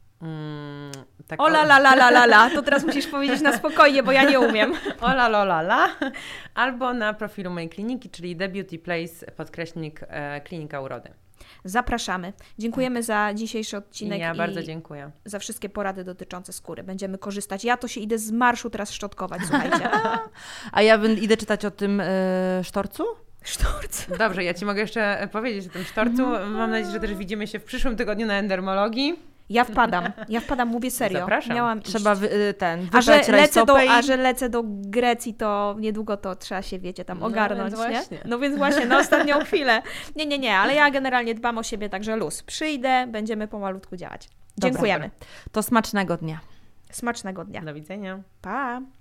Mm, tak, Ola la la la la la, to teraz musisz powiedzieć na spokojnie, bo ja nie umiem. Ola lola la. Albo na profilu mojej kliniki, czyli The Beauty Place, podkreśnik e, Klinika Urody. Zapraszamy. Dziękujemy za dzisiejszy odcinek Ja i bardzo dziękuję. za wszystkie porady dotyczące skóry. Będziemy korzystać. Ja to się idę z marszu teraz szczotkować, słuchajcie. A ja bym, idę czytać o tym y, sztorcu? Sztorc. Dobrze, ja Ci mogę jeszcze powiedzieć o tym sztorcu. Mam nadzieję, że też widzimy się w przyszłym tygodniu na endermologii. Ja wpadam. Ja wpadam, mówię serio. Zapraszam. Miałam Trzeba iść. wy, y, ten, A że, wybrać lecę do, rajstopę a i... że lecę do Grecji, to niedługo to trzeba się, wiecie, tam No ogarnąć, więc nie? właśnie. No więc właśnie, na ostatnią chwilę. Nie, nie, nie, ale ja generalnie dbam o siebie, także luz. Przyjdę, będziemy pomalutku działać. Dobra. Dziękujemy. To smacznego dnia. Smacznego dnia. Do widzenia. Pa!